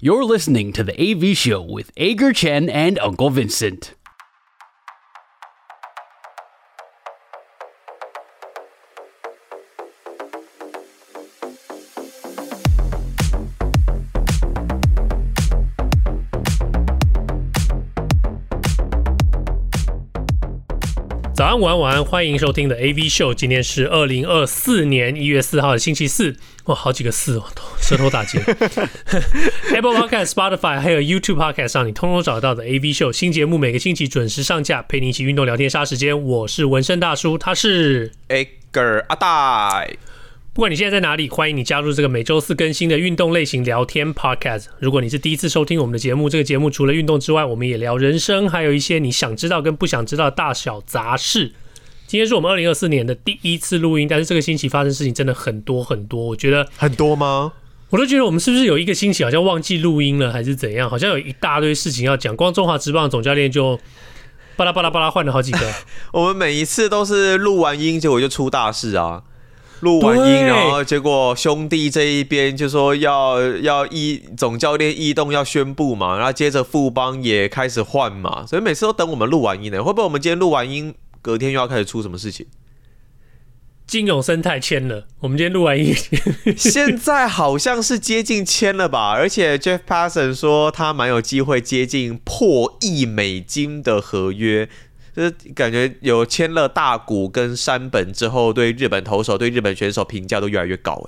You're listening to the AV Show with Ager Chen and Uncle Vincent. 早安，晚安，晚安！欢迎收听的 AV 秀。今天是2024年1月4号的星期四，哇，好几个四哦，舌头打结。Apple Podcast、Spotify 还有 YouTube Podcast 上，你通通找得到的 AV 秀新节目，每个星期准时上架，陪你一起运动、聊天、杀时间。我是纹身大叔，他是 Ager 阿大。 不管你现在在哪里，欢迎你加入这个每周四更新的运动类型聊天 podcast。如果你是第一次收听我们的节目，这个节目除了运动之外，我们也聊人生，还有一些你想知道跟不想知道的大小杂事。今天是我们2024年的第一次录音，但是这个星期发生事情真的很多很多，我觉得很多吗？ 我都觉得我们是不是有一个星期好像忘记录音了，还是怎样？好像有一大堆事情要讲，光中华职棒总教练就巴拉巴拉巴拉换了好几个。 我们每一次都是录完音，结果就出大事啊！录完音，然后结果兄弟这一边就说要总教练异动要宣布嘛，然后接着富邦也开始换嘛，所以每次都等我们录完音呢。会不会我们今天录完音，隔天又要开始出什么事情？ 金永生态签了，我们今天录完音， 现在好像是接近签了吧？而且 Jeff Passan 说他蛮有机会接近破$100的合约。就是感觉有签了大谷跟山本之后，对日本投手、对日本选手评价都越来越高。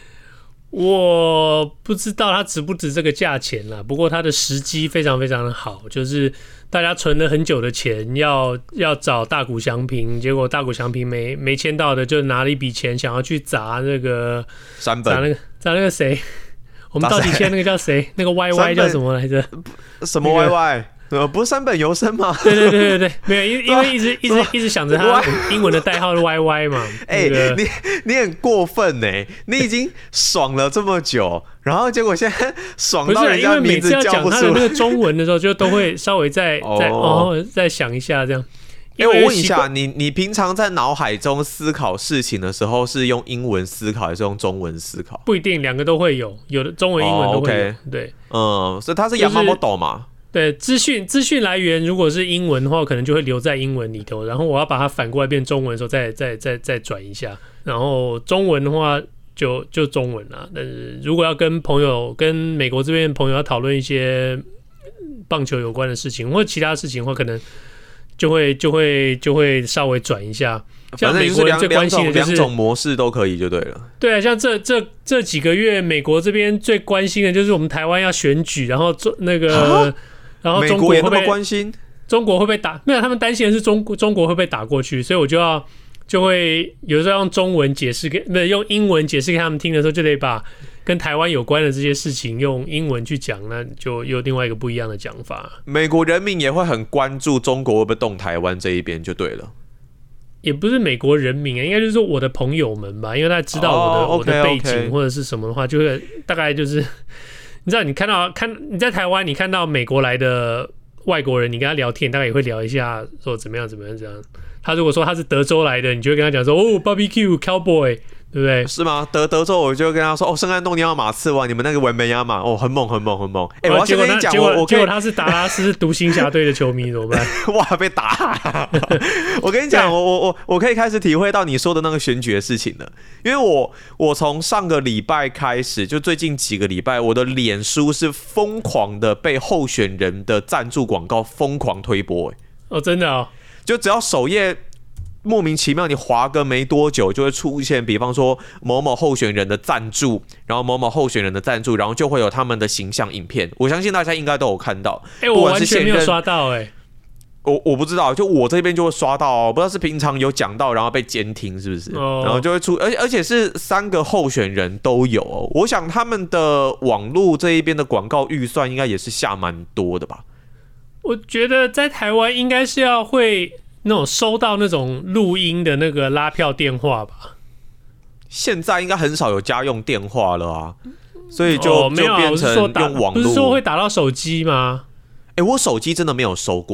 我不知道他值不值这个价钱啦，不过他的时机非常非常的好，就是大家存了很久的钱要找大谷翔平，结果大谷翔平没签到的，就拿了一笔钱想要去砸那个山本， 砸那个谁？我们到底签那个叫谁？那个 YY 叫什么来着？ 什么 YY？不是山本由伸吗？ 对，没有，因为一直想着他英文的代号是 YY 嘛。 你很过分欸，你已经爽了这么久，然后结果现在爽到人家名字叫不出来。 因为每次要讲他的那个中文的时候，就都会稍微再想一下这样。 我问一下，你平常在脑海中思考事情的时候，是用英文思考还是用中文思考？ 不一定，两个都会有，有的中文、英文都会有。 Okay. 对， 所以他是Yamamoto嘛。 对，资讯来源如果是英文的话，可能就会留在英文里头，然后我要把它反过来变中文的时候再转一下，然后中文的话就中文啦。但是如果要跟美国这边的朋友要讨论一些棒球有关的事情或其他事情的话，可能就会稍微转一下。像美国人最关心的就是两种模式都可以就对了。 对啊，像这几个月，美国这边最关心的就是我们台湾要选举，然后然后中国会不会关心？ 中国会不会打？没有，他们担心的是中国会不会打过去，所以我就会有时候用中文解释用英文解释给他们听的时候，就得把跟台湾有关的这些事情用英文去讲，那就有另外一个不一样的讲法。 美国人民也会很关注中国会不会动台湾这一边就对了。 也不是美国人民应该就是说我的朋友们吧，因为他知道我的背景或者是什么的话，就会大概就是。你知道，你在台湾，你看到美国来的外国人，你跟他聊天，大概也会聊一下，说怎么样。他如果说他是德州来的，你就会跟他讲说，哦 ，barbecue cowboy， 对不对？ 是吗？德州我就跟他说，哦，圣安东尼奥马刺哇，你们那个文梅亚马，哦，很猛。我要先跟你讲， 结果他是达拉斯独行侠队的球迷，怎么办？ 哇，被打！我跟你讲，我可以开始体会到你说的那个选举的事情了，因为我从上个礼拜开始，就最近几个礼拜，我的脸书是疯狂的被候选人的赞助广告疯狂推播。 哦，真的哦， 就只要首页。莫名其妙，你滑个没多久就会出现，比方说某某候选人的赞助，然后某某候选人的赞助，然后就会有他们的形象影片。我相信大家应该都有看到。 我完全没有刷到我不知道，就我这边就会刷到不知道是平常有讲到，然后被监听是不是？然后就会出，而且是3个候选人都有。我想他们的网络这一边的广告预算应该也是下蛮多的吧？ 我觉得在台湾应该是要会。那种收到那种录音的那个拉票电话吧， 现在应该很少有家用电话了啊，所以就变成用网络。 不是说会打到手机吗？ 我手机真的没有收过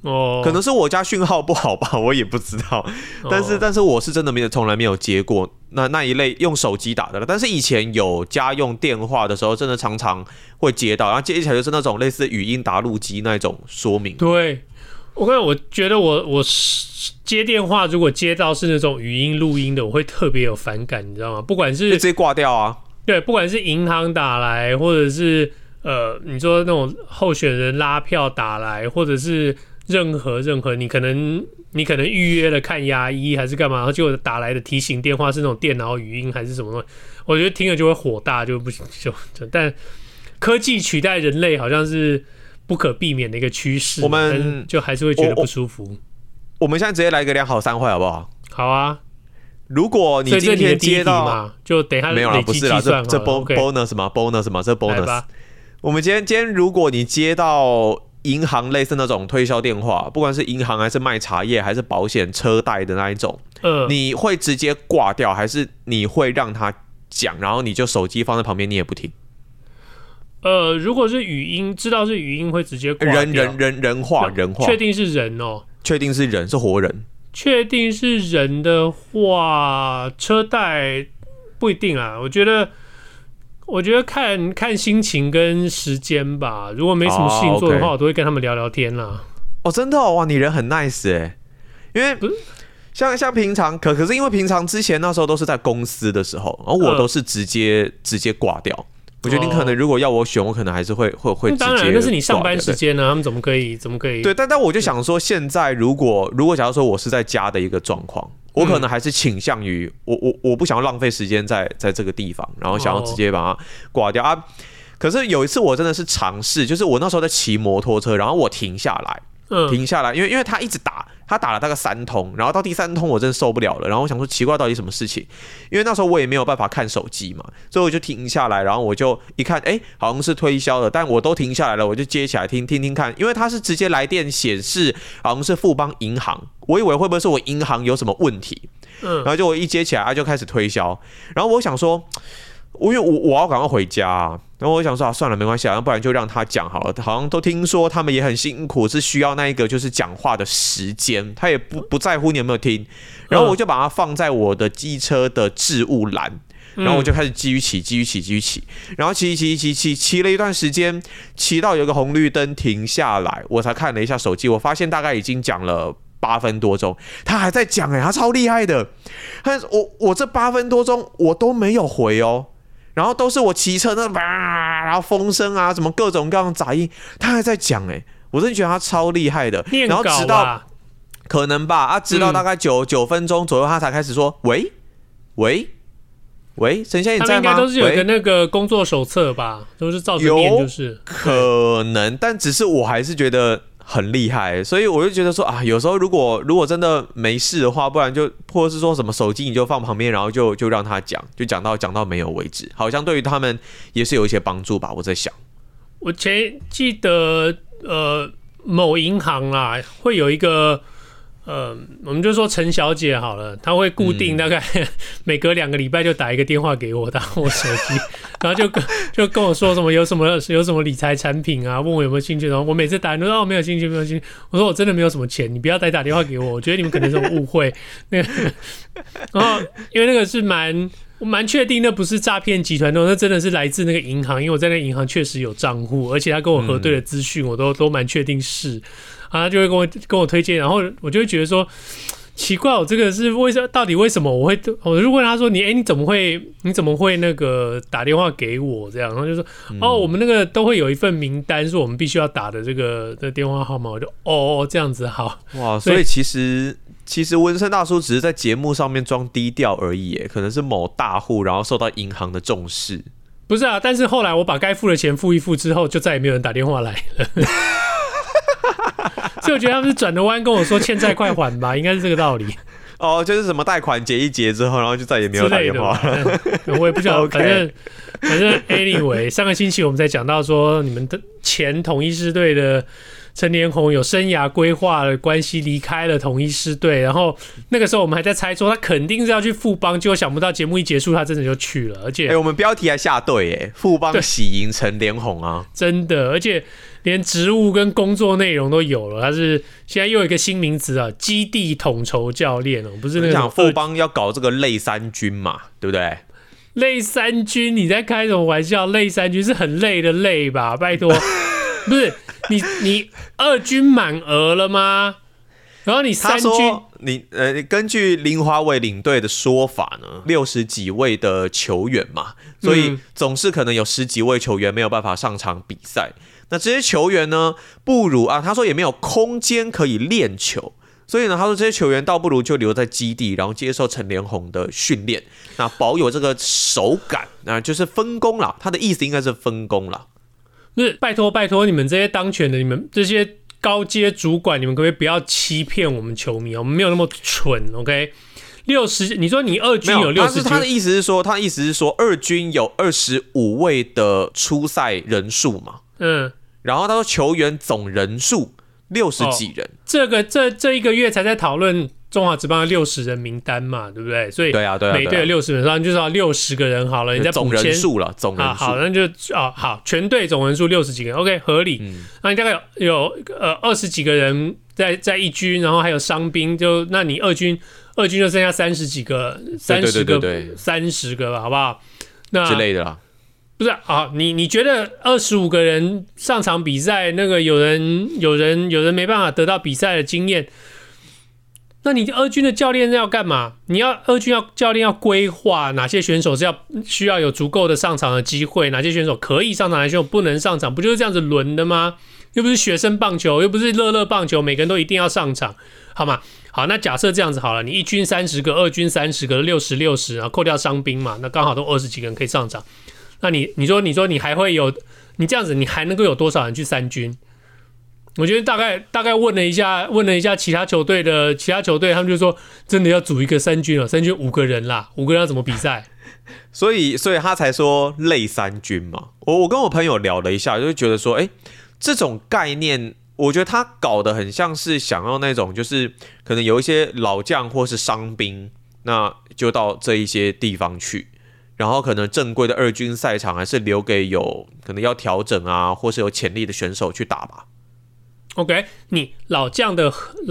哦， 可能是我家讯号不好吧，我也不知道。但是我是真的从来没有接过那一类用手机打的了。但是以前有家用电话的时候，真的常常会接到，然后接起来就是那种类似语音答录机那种说明。 对，我觉得我接电话如果接到是那种语音录音的，我会特别有反感，你知道吗？不管是直接挂掉啊。 对，不管是银行打来，或者是你说那种候选人拉票打来，或者是任何你可能预约了看牙医还是干嘛，然后结果打来的提醒电话是那种电脑语音还是什么东西，我觉得听了就会火大，就不行但科技取代人类好像是不可避免的一个趋势， 我们就还是会觉得不舒服。 我们现在直接来一个2好3坏好不好？ 好啊。 如果你今天接到嘛，就等一下没有啦，不是啦，这 bonus 嘛 ，bonus 嘛，这 bonus。我们今天如果你接到银行类似那种推销电话，不管是银行还是卖茶叶还是保险车贷的那一种，你会直接挂掉，还是你会让他讲，然后你就手机放在旁边，你也不听？ 如果是语音，知道是语音会直接挂掉。 人话， 确定是人哦？确定是人，是活人。 确定是人的话，车贷不一定啊。我觉得看心情跟时间吧。如果没什么事情做的话，我都会跟他们聊聊天啦。 哦，真的哦，哇，你人很 nice 哎。因为像平常可是因为平常之前那时候都是在公司的时候，然后我都是直接挂掉。我觉得你可能如果要我选，我可能还是会直接。 当然，那是你上班时间呢，他们怎么可以？ 对，但我就想说，现在如果假如说我是在家的一个状况，我可能还是倾向于我不想要浪费时间在这个地方，然后想要直接把它挂掉啊。可是有一次我真的是尝试，就是我那时候在骑摩托车，然后我停下来，因为他一直打。他打了大概3通，然后到第3通我真的受不了了，然后我想说奇怪到底什么事情，因为那时候我也没有办法看手机嘛，所以我就停下来，然后我就一看，好像是推销的，但我都停下来了，我就接起来听看，因为他是直接来电显示好像是富邦银行，我以为会不会是我银行有什么问题，然后就我一接起来，他就开始推销，然后我想说。因为我要赶快回家啊，然后我想说算了，没关系，要不然就让他讲好了。好像都听说他们也很辛苦，是需要那一个就是讲话的时间，他也不在乎你有没有听。然后我就把它放在我的机车的置物栏，然后我就开始继续骑，然后骑了一段时间，骑到有一个红绿灯停下来，我才看了一下手机，我发现大概已经讲了8分多钟，他还在讲他超厉害的。我这8分多钟我都没有回哦。然后都是我骑车那然后风声啊，什么各种各样的杂音，他还在讲我真的觉得他超厉害的。然后直到可能吧，直到大概9分钟左右，他才开始说喂，陈先生你在吗？他们应该都是有一个那个工作手册吧，都是照着念就是。 可能，但只是我还是觉得。很厉害，所以我就觉得说啊，有时候如果真的没事的话，不然就或者是说什么手机你就放旁边，然后就让他讲，就讲到没有为止，好像对于他们也是有一些帮助吧。我在想， 我记得某银行啦会有一个我们就说陈小姐好了，她会固定大概每隔2个礼拜就打一个电话给我，打我手机，然后就跟我说什么有什么理财产品啊，问我有没有兴趣，然后我每次打都说没有兴趣，我说我真的没有什么钱，你不要再打电话给我，我觉得你们可能是误会。然后因为那个是我蛮确定那不是诈骗集团的，那真的是来自那个银行，因为我在那个银行确实有账户，而且他跟我核对的资讯我都蛮确定是。他就会跟我推荐，然后我就会觉得说奇怪，我这个是到底为什么我就问他说你怎么会那个打电话给我这样，然后就说我们那个都会有一份名单是我们必须要打的这个电话号码，我就这样子好哇，所以其实文森大叔只是在节目上面装低调而已，可能是某大户然后受到银行的重视。 不是啊，但是后来我把该付的钱付一付之后，就再也没有人打电话来了。所以我觉得他们是转个弯跟我说欠债快还吧，应该是这个道理。 就是什么贷款结一结之后，然后就再也没有打电话了。 我也不晓得，反正 anyway， 上个星期我们在讲到说，你们的前统一狮队的陈连宏有生涯规划的关系离开了统一狮队，然后那个时候我们还在猜说他肯定是要去富邦，结果想不到节目一结束他真的就去了，而且我们标题还下对富邦喜迎陈连宏啊， 真的，而且连职务跟工作内容都有了，他是现在又有一个新名词啊，基地统筹教练哦，不是那个讲富邦要搞这个类三军嘛，对不对？ 类三军，你在开什么玩笑？类三军是很累的累吧？拜托，不是你二军满额了吗？然后你三军， 你根据林华伟领队的说法呢，60几位的球员嘛，所以总是可能有10几位球员没有办法上场比赛。那这些球员呢，不如他说也没有空间可以练球。所以呢，他说这些球员倒不如就留在基地，然后接受陈连宏的训练，那保有这个手感，那就是分工啦。他的意思应该是分工啦。 是拜托你们这些当权的，你们这些高阶主管，你们可不可以不要欺骗我们球迷？我们没有那么蠢 ，OK？ 60，你说你二军有60， 他的意思是说，二军有25位的出赛人数嘛，然后他说球员总人数60几人， 这一个月才在讨论中华职棒的60人名单嘛，对不对？所以对啊， 每队有60人，那就是要60个人好了，你再总人数了，总人数好，那就好，全队总人数60几个人 ，OK 合理。那你大概有20几个人在一军，然后还有伤兵，那你二军就剩下30几个，30个吧，好不好？那之类的啦。 不是啊，你觉得25个人上场比赛，那个有人没办法得到比赛的经验，那你二军的教练要干嘛？二军教练要规划哪些选手是需要有足够的上场的机会，哪些选手可以上场，哪些选手不能上场，不就是这样子轮的吗？又不是学生棒球，又不是乐棒球，每个人都一定要上场，好吗？好，那假设这样子好了，你一军30个，二军30个，60，然后扣掉伤兵嘛，那刚好都20几个人可以上场。那你说你还会有，你这样子你还能够有多少人去三军？我觉得大概问了一下其他球队，他们就说真的要组一个三军了，三军5个人啦，5个人要怎么比赛？ 所以他才说类三军嘛。我跟我朋友聊了一下，就觉得说，这种概念，我觉得他搞得很像是想要那种，就是可能有一些老将或是伤兵，那就到这一些地方去。然后可能正规的二军赛场还是留给有可能要调整啊，或是有潜力的选手去打吧。 OK， 你老将的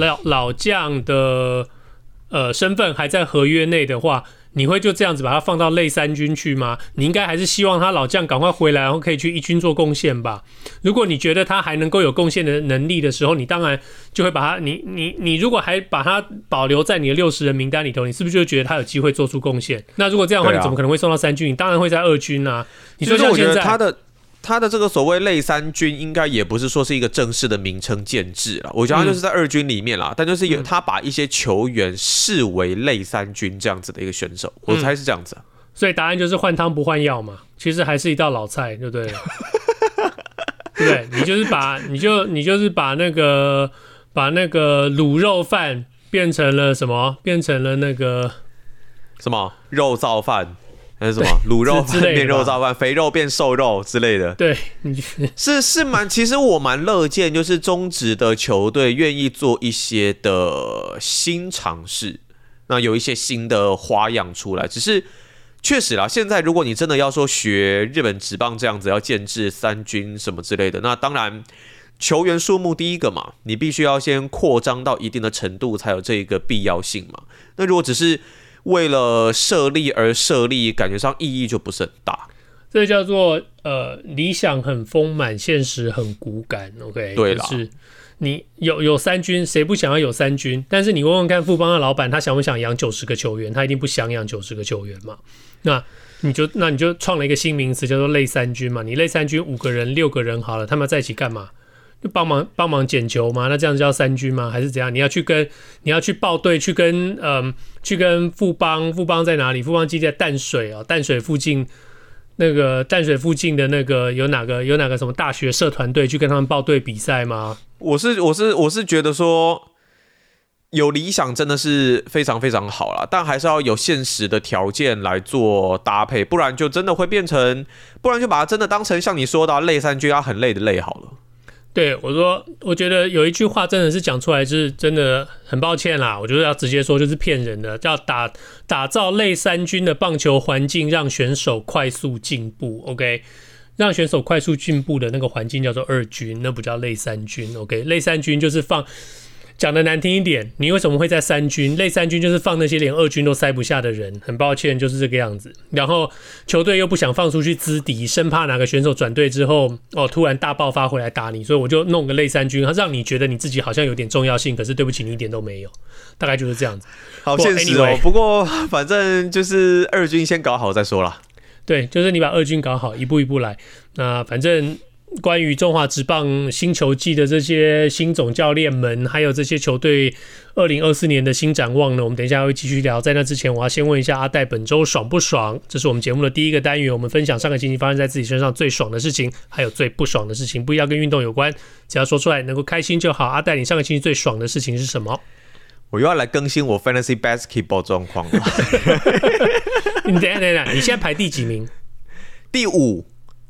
身份还在合约内的话，你会就这样子把他放到类三军去吗？你应该还是希望他老将赶快回来，然后可以去一军做贡献吧。如果你觉得他还能够有贡献的能力的时候，你当然就会把他，你如果还把他保留在你的60人名单里头，你是不是就觉得他有机会做出贡献？那如果这样的话，你怎么可能会送到三军？你当然会在二军啊。你说像现在他的这个所谓类三军，应该也不是说是一个正式的名称建制啦，我觉得他就是在二军里面啦，但就是他把一些球员视为类三军这样子的一个选手，我猜是这样子。 所以答案就是换汤不换药嘛，其实还是一道老菜，对不对？对不对？你就是把那个卤肉饭变成了什么？变成了那个什么肉燥饭？还是什么卤肉饭变肉燥饭，肥肉变瘦肉之类的。 对， 其实我蛮乐见，就是中职的球队愿意做一些的新尝试，那有一些新的花样出来。只是确实啦，现在如果你真的要说学日本职棒这样子要建制三军什么之类的，那当然球员数目第一个嘛，你必须要先扩张到一定的程度才有这个必要性嘛。那如果只是为了设立而设立，感觉上意义就不是很大。 这叫做理想很丰满，现实很骨感。OK， 对啦， 就是你有三军，谁不想要有三军？但是你问问看，富邦的老板他想不想养90个球员？他一定不想养90个球员嘛。那你就创了一个新名词，叫做类三军嘛。你类三军5个人、6个人好了，他们在一起干嘛？就帮忙捡球吗？那这样叫三军吗？还是怎样？你要去报队，去跟富邦在哪里？富邦基地在淡水啊，淡水附近的那个有哪个什么大学社团队去跟他们报队比赛吗？ 我是觉得说有理想真的是非常非常好啦，但还是要有现实的条件来做搭配，不然就真的会变成，不然就把它真的当成像你说的类三军很累的累好了。 对我说，我觉得有一句话真的是讲出来是真的很抱歉啦，我觉得要直接说就是骗人的，叫打造类三军的棒球环境，让选手快速进步。OK， 让选手快速进步的那个环境叫做二军，那不叫类三军。OK， 类三军就是放。讲的难听一点，你为什么会在三军？类三军就是放那些连二军都塞不下的人，很抱歉，就是这个样子。然后球队又不想放出去资敌，生怕哪个选手转队之后，突然大爆发回来打你，所以我就弄个类三军，让你觉得你自己好像有点重要性，可是对不起，你一点都没有，大概就是这样子。 好现实哦，不过反正就是二军先搞好再说啦。 对，就是你把二军搞好，一步一步来。那反正。关于中华职棒新球季的这些新总教练们，还有这些球队2024年的新展望呢，我们等一下会继续聊。在那之前，我要先问一下阿戴，本周爽不爽？这是我们节目的第一个单元，我们分享上个星期发生在自己身上最爽的事情，还有最不爽的事情，不一定要跟运动有关，只要说出来能够开心就好。阿戴，你上个星期最爽的事情是什么？ 我又要来更新我 Fantasy Basketball 状况了。 你等一下，你现在排第几名？ 第5。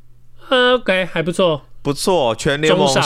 OK， 还不错， 不错，全联盟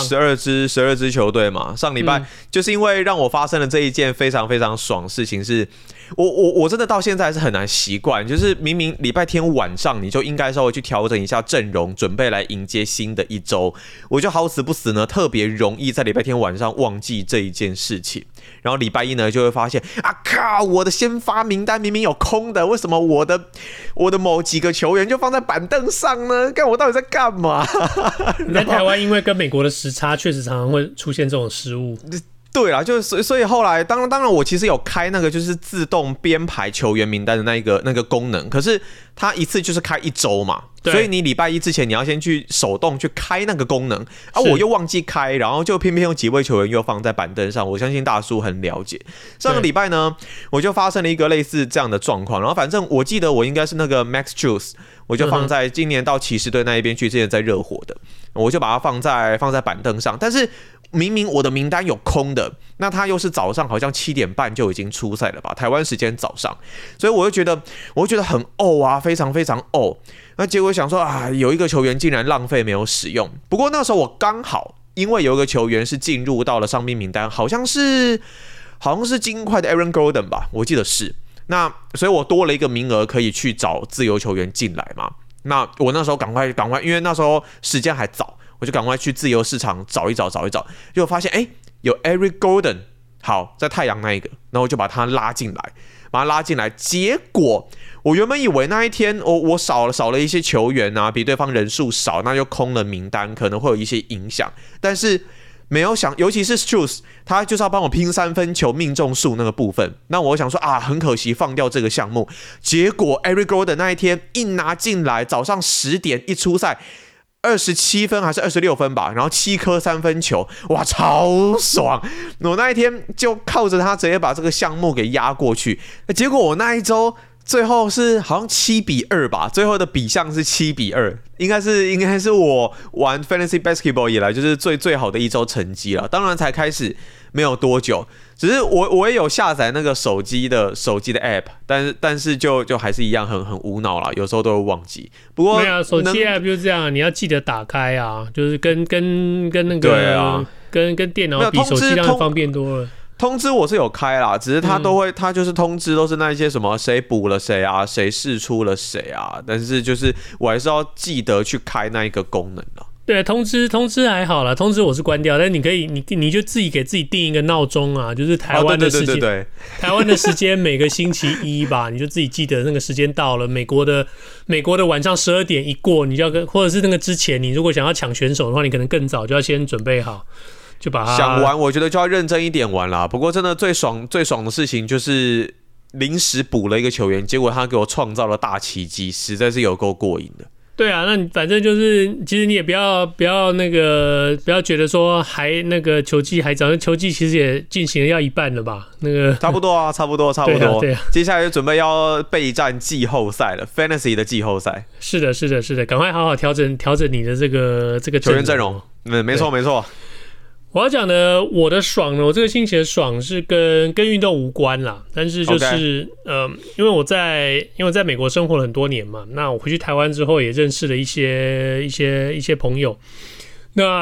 12支球队嘛。上礼拜就是因为让我发生了这一件非常非常爽的事情是，我真的到现在是很难习惯，就是明明礼拜天晚上你就应该稍微去调整一下阵容，准备来迎接新的一周，我就好死不死呢，特别容易在礼拜天晚上忘记这一件事情。然后礼拜一呢，就会发现啊靠，我的先发名单明明有空的，为什么我的某几个球员就放在板凳上呢？看我到底在干嘛？ 你在台湾因为跟美国的时差，确实常常会出现这种失误。 对啦，就是所以后来当然我其实有开那个就是自动编排球员名单的那个功能，可是它一次就是开1周嘛，所以你礼拜一之前你要先去手动去开那个功能啊，我又忘记开，然后就偏偏有几位球员又放在板凳上，我相信大叔很了解。上个礼拜呢，我就发生了一个类似这样的状况，然后反正我记得我应该是那个 Max Juice， 我就放在今年到骑士队那一边去，之前在热火的，我就把它放在板凳上，但是。明明我的名单有空的，那他又是早上好像7点半就已经出赛了吧，台湾时间早上，所以我就觉得很啊，非常非常那结果想说啊，有一个球员竟然浪费没有使用。不过那时候我刚好因为有一个球员是进入到了伤兵名单，好像是金块的 Aaron Gordon 吧，我记得是。那所以我多了一个名额可以去找自由球员进来嘛。那我那时候赶快，因为那时候时间还早。我就赶快去自由市场找一找，结果发现有 Eric Gordon， 好在太阳那一个，然后我就把他拉进来，结果我原本以为那一天我少了一些球员啊，比对方人数少，那就空了名单，可能会有一些影响，但是没有想，尤其是 Strus， 他就是要帮我拼3分球命中数那个部分，那我想说啊，很可惜放掉这个项目，结果 Eric Gordon 那一天一拿进来，早上10点一出赛。27分还是26分吧，然后7颗3分球，哇，超爽！我那一天就靠着他直接把这个项目给压过去，结果我那一周最后是好像7-2吧，最后的比项是7-2，应该是我玩 Fantasy Basketball 以来就是最好的一周成绩了。当然才开始没有多久，只是我也有下载那个手机的 App， 但是就还是一样很无脑啦，有时候都会忘记。不过没有手机 App 就是这样，你要记得打开啊，就是跟那个对啊， 跟电脑比，手机当然方便多了。 通知我是有开啦，只是他就是通知都是那一些什么谁补了谁啊，谁释出了谁啊，但是就是我还是要记得去开那一个功能啦。 对，通知还好啦，通知我是关掉，但你可以你就自己给自己定一个闹钟啊，就是台湾的时间， 对， 台湾的时间每个星期一吧，你就自己记得那个时间到了，美国的晚上12点一过，你就要或者是那个之前，你如果想要抢选手的话，你可能更早就要先准备好。就把它想玩，我觉得就要认真一点玩啦。不过真的最爽的事情就是临时补了一个球员，结果他给我创造了大奇迹，实在是有够过瘾的。 对啊，那你反正就是，其实你也不要觉得说还那个球季还早，球季其实也进行了要一半了吧？那个差不多啊，差不多。 对啊， 接下来就准备要备战季后赛了 ，Fantasy 的季后赛。 是的，赶快好好调整你的这个球员阵容。没错。 我要讲的我的爽呢，我这个星期的爽是跟运动无关啦，但是就是、因为我在美国生活了很多年嘛，那我回去台湾之后也认识了一些朋友，那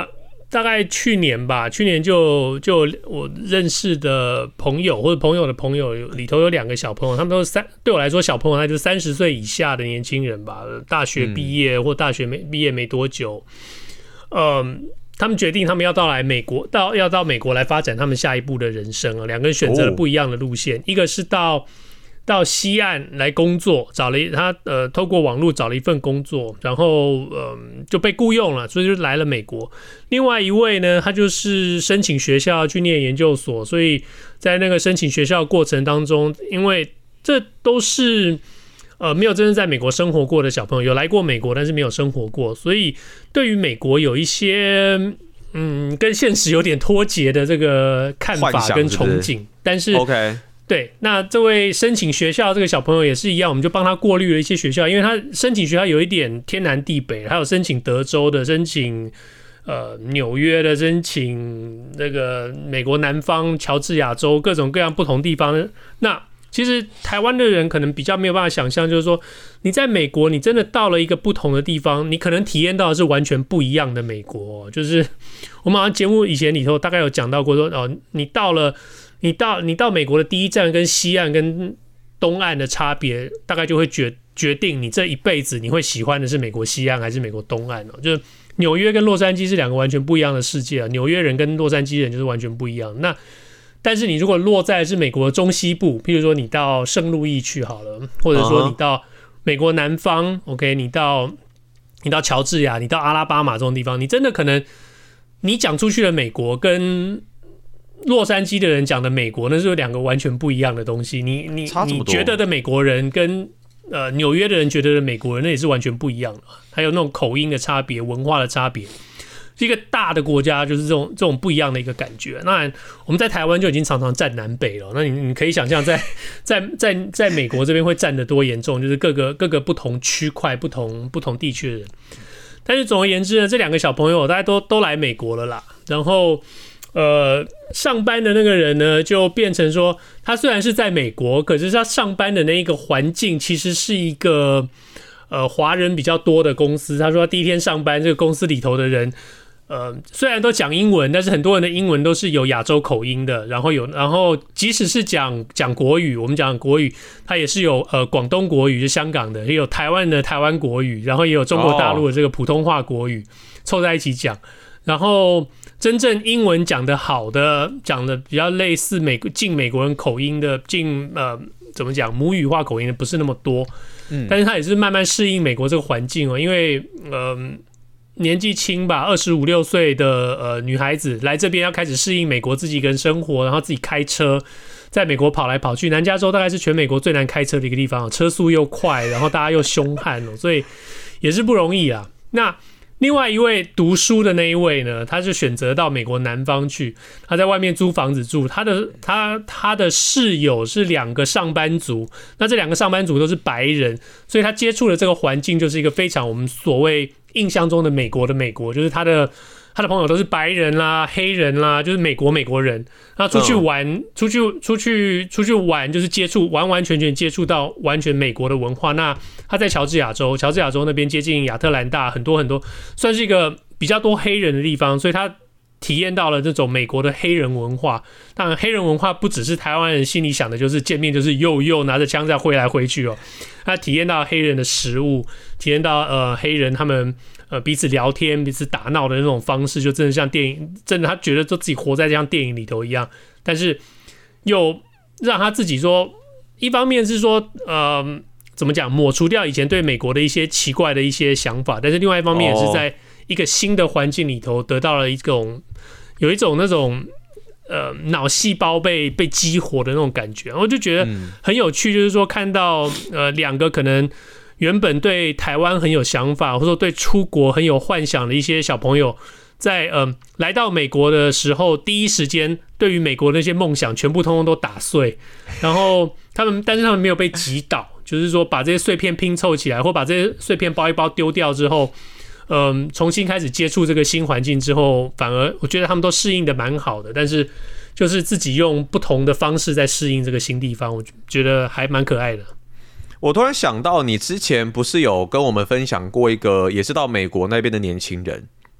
大概去年就我认识的朋友或者朋友的朋友里头有2个小朋友，他们都是对我来说小朋友，他就是30岁以下的年轻人吧，大学毕业或大学毕业没多久，他们决定他们要到美国来发展他们下一步的人生啊。2个人选择了不一样的路线，一个是到西岸来工作，透过网络找了一份工作，然后就被雇用了，所以就来了美国。另外一位呢，他就是申请学校去念研究所，所以在那个申请学校的过程当中，因为这都是没有真正在美国生活过的小朋友，有来过美国但是没有生活过，所以对于美国有一些跟现实有点脱节的这个看法跟憧憬，但是 OK。 对，那这位申请学校这个小朋友也是一样，我们就帮他过滤了一些学校，因为他申请学校有一点天南地北，还有申请德州的，申请纽约的，申请那个美国南方乔治亚州各种各样不同地方。那其实台湾的人可能比较没有办法想象，就是说你在美国，你真的到了一个不同的地方，你可能体验到的是完全不一样的美国。就是我们好像节目以前里头大概有讲到过说，你到美国的第一站跟西岸跟东岸的差别，大概就会决定你这一辈子你会喜欢的是美国西岸还是美国东岸。就是纽约跟洛杉矶是2个完全不一样的世界啊，纽约人跟洛杉矶人就是完全不一样。那但是你如果落在是美国中西部，譬如说你到圣路易去好了，或者说你到美国南方 ，OK， 你到乔治亚，你到阿拉巴马这种地方，你真的可能你讲出去的美国跟洛杉矶的人讲的美国，那是2个完全不一样的东西。你觉得的美国人跟纽约的人觉得的美国人，那也是完全不一样的。还有那种口音的差别、文化的差别，是一个大的国家，就是这种不一样的一个感觉。那我们在台湾就已经常常站南北了，那你可以想象在美国这边会站得多严重，就是各个不同区块、不同地区的人。但是总而言之呢，这2个小朋友大家都来美国了啦，然后。上班的那个人呢，就变成说，他虽然是在美国，可是他上班的那一个环境其实是一个华人比较多的公司。他说他第一天上班，这个公司里头的人，虽然都讲英文，但是很多人的英文都是有亚洲口音的。然后即使是讲国语，我们讲国语，他也是有广东国语，是香港的，也有台湾的台湾国语，然后也有中国大陆的这个普通话国语凑在一起讲，然后。真正英文讲得好的，讲的比较类似近美国人口音的，怎么讲母语化口音的不是那么多，但是他也是慢慢适应美国这个环境哦，因为年纪轻吧，25、26岁的女孩子来这边要开始适应美国自己一个人生活，然后自己开车，在美国跑来跑去。南加州大概是全美国最难开车的一个地方，车速又快，然后大家又凶悍哦，所以也是不容易啊。那另外一位读书的那一位呢，他就选择到美国南方去，他在外面租房子住，他的室友是2个上班族，那这2个上班族都是白人，所以他接触的这个环境就是一个非常我们所谓印象中的美国，就是他的朋友都是白人啦、黑人啦，就是美国人。那出去玩，出去玩，就是完完全全接触到完全美国的文化。那他在乔治亚州那边接近亚特兰大，很多算是一个比较多黑人的地方，所以他体验到了这种美国的黑人文化。当然，黑人文化不只是台湾人心里想的，就是见面就是又拿着枪在挥来挥去哦。他体验到黑人的食物，体验到黑人他们彼此聊天、彼此打闹的那种方式，就真的像电影，真的他觉得就自己活在像电影里头一样。但是又让他自己说，一方面是说怎么讲，抹除掉以前对美国的一些奇怪的一些想法，但是另外一方面也是在一个新的环境里头得到了有一种那种脑细胞被激活的那种感觉，然后就觉得很有趣，就是说看到2个可能原本对台湾很有想法，或者说对出国很有幻想的一些小朋友，在来到美国的时候，第一时间对于美国的那些梦想全部通通都打碎，然后但是他们没有被击倒，就是说把这些碎片拼凑起来，或把这些碎片包一包丢掉之后，重新开始接触这个新环境之后，反而我觉得他们都适应的蛮好的，但是就是自己用不同的方式在适应这个新地方，我觉得还蛮可爱的。 我突然想到，你之前不是有跟我们分享过一个也是到美国那边的年轻人？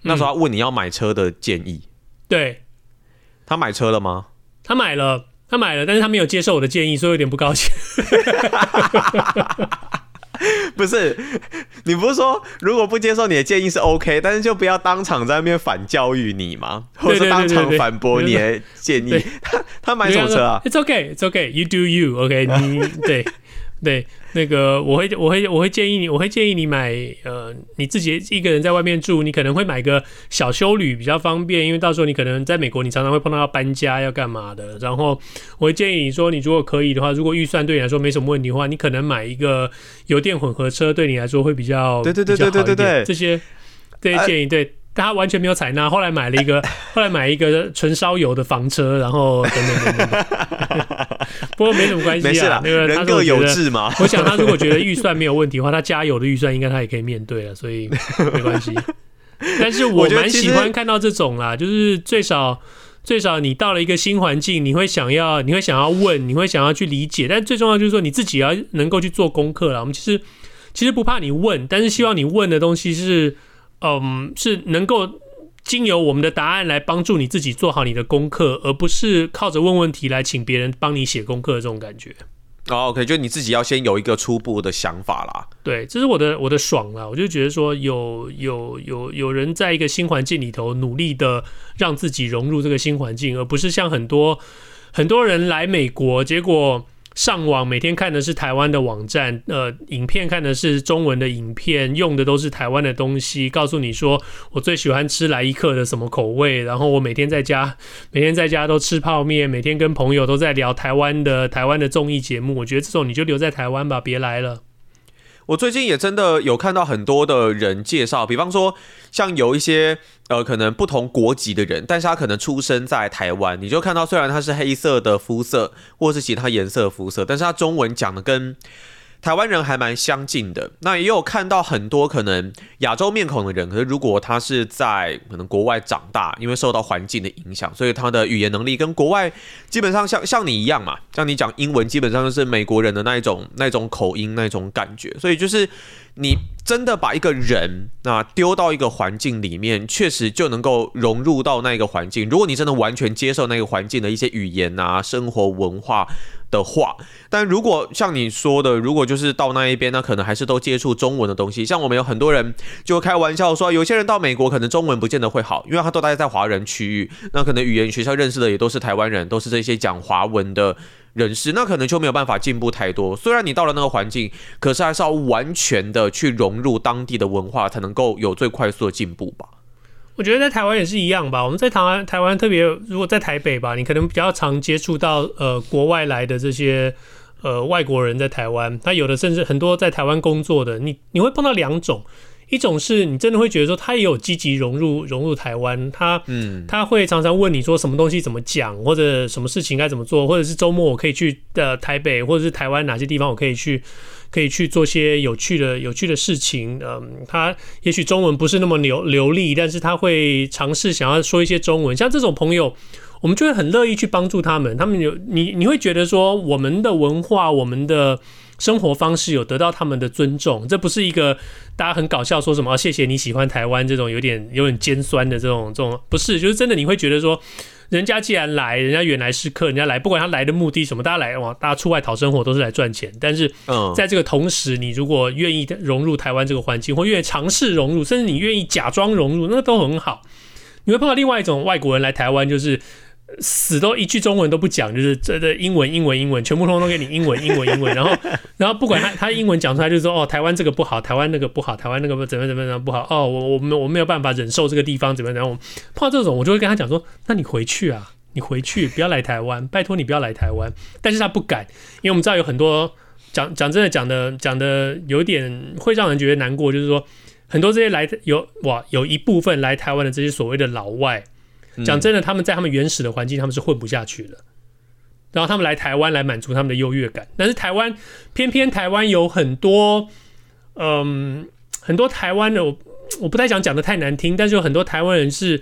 那时候他问你要买车的建议， 对， 他买车了吗？ 他买了，但是他没有接受我的建议，所以有点不高兴。 不是，你不是说如果不接受你的建议是 OK， 但是就不要当场在那边反教育你吗？或者是当场反驳你的建议？他买什么车啊 ？It's okay, it's okay, you do you, OK？ 你对，那个我会建议你买你自己一个人在外面住，你可能会买个小休旅比较方便，因为到时候你可能在美国，你常常会碰到要搬家要干嘛的。然后我会建议你说，你如果可以的话，如果预算对你来说没什么问题的话，你可能买一个油电混合车，对你来说会比较对， 这些建议对。他完全没有采纳，后来买一个纯烧油的房车，然后等。不过没什么关系啊， 没事啦， 那个人各有志嘛。 我想他如果觉得预算没有问题的话，他加油的预算应该他也可以面对了，所以没关系。但是我蛮喜欢看到这种啦，就是最少你到了一个新环境，你会想要问，你会想要去理解，但最重要就是说你自己要能够去做功课啦。我们其实不怕你问，但是希望你问的东西是能够经由我们的答案来帮助你自己做好你的功课，而不是靠着问问题来请别人帮你写功课的这种感觉。 OK， 就你自己要先有一个初步的想法啦。 对，这是我的爽啦。我就觉得说有人在一个新环境里头努力的让自己融入这个新环境，而不是像很多人来美国，结果上网每天看的是台湾的网站，影片看的是中文的影片，用的都是台湾的东西，告诉你说我最喜欢吃来一客的什么口味，然后我每天在家都吃泡面，每天跟朋友都在聊台湾的综艺节目。我觉得这种你就留在台湾吧，别来了。 我最近也真的有看到很多的人介绍，比方说像有一些可能不同国籍的人，但是他可能出生在台湾，你就看到虽然他是黑色的肤色或是其他颜色的肤色，但是他中文讲的跟台湾人还蛮相近的。那也有看到很多可能亚洲面孔的人，可是如果他是在可能国外长大，因为受到环境的影响，所以他的语言能力跟国外基本上像你一样嘛，像你讲英文基本上就是美国人的那一种口音那种感觉，所以就是你真的把一个人丢到一个环境里面，确实就能够融入到那个环境。如果你真的完全接受那个环境的一些语言生活文化的话，但如果像你说的，如果就是到那一边，那可能还是都接触中文的东西。像我们有很多人就开玩笑说，有些人到美国可能中文不见得会好，因为他都待在华人区域，那可能语言学校认识的也都是台湾人，都是这些讲华文的人士，那可能就没有办法进步太多。虽然你到了那个环境，可是还是要完全的去融入当地的文化，才能够有最快速的进步吧。 我觉得在台湾也是一样吧。我们在台湾特别，如果在台北吧，你可能比较常接触到国外来的这些外国人在台湾，他有的甚至很多在台湾工作的，你会碰到两种。一种是你真的会觉得说他也有积极融入台湾，他会常常问你说什么东西怎么讲，或者什么事情该怎么做，或者是周末我可以去台北或者是台湾哪些地方我可以去做些有趣的事情。他也许中文不是那么流利，但是他会尝试想要说一些中文。像这种朋友，我们就会很乐意去帮助他们。他们你会觉得说我们的文化，我们的生活方式有得到他们的尊重，这不是一个大家很搞笑说什么谢谢你喜欢台湾这种有点尖酸的这种不是，就是真的你会觉得说，人家既然来，人家原来是客，人家来，不管他来的目的什么，大家出外讨生活都是来赚钱，但是在这个同时，你如果愿意融入台湾这个环境，或愿意尝试融入，甚至你愿意假装融入，那都很好。你会碰到另外一种外国人来台湾，就是死都一句中文都不讲，就是这英文，全部通通都给你英文，然后不管他英文讲出来就是说台湾这个不好，台湾那个不好，台湾那个怎么不好我没有办法忍受这个地方怎么样。碰到这种我就会跟他讲说，那你回去啊，你回去不要来台湾，拜托你不要来台湾。但是他不敢，因为我们知道有很多讲真的讲的有点会让人觉得难过，就是说很多这些有一部分来台湾的这些所谓的老外。讲真的，他们在他们原始的环境，他们是混不下去的。然后他们来台湾来满足他们的优越感，但是偏偏台湾有很多台湾的，我不太想讲的太难听，但是有很多台湾人是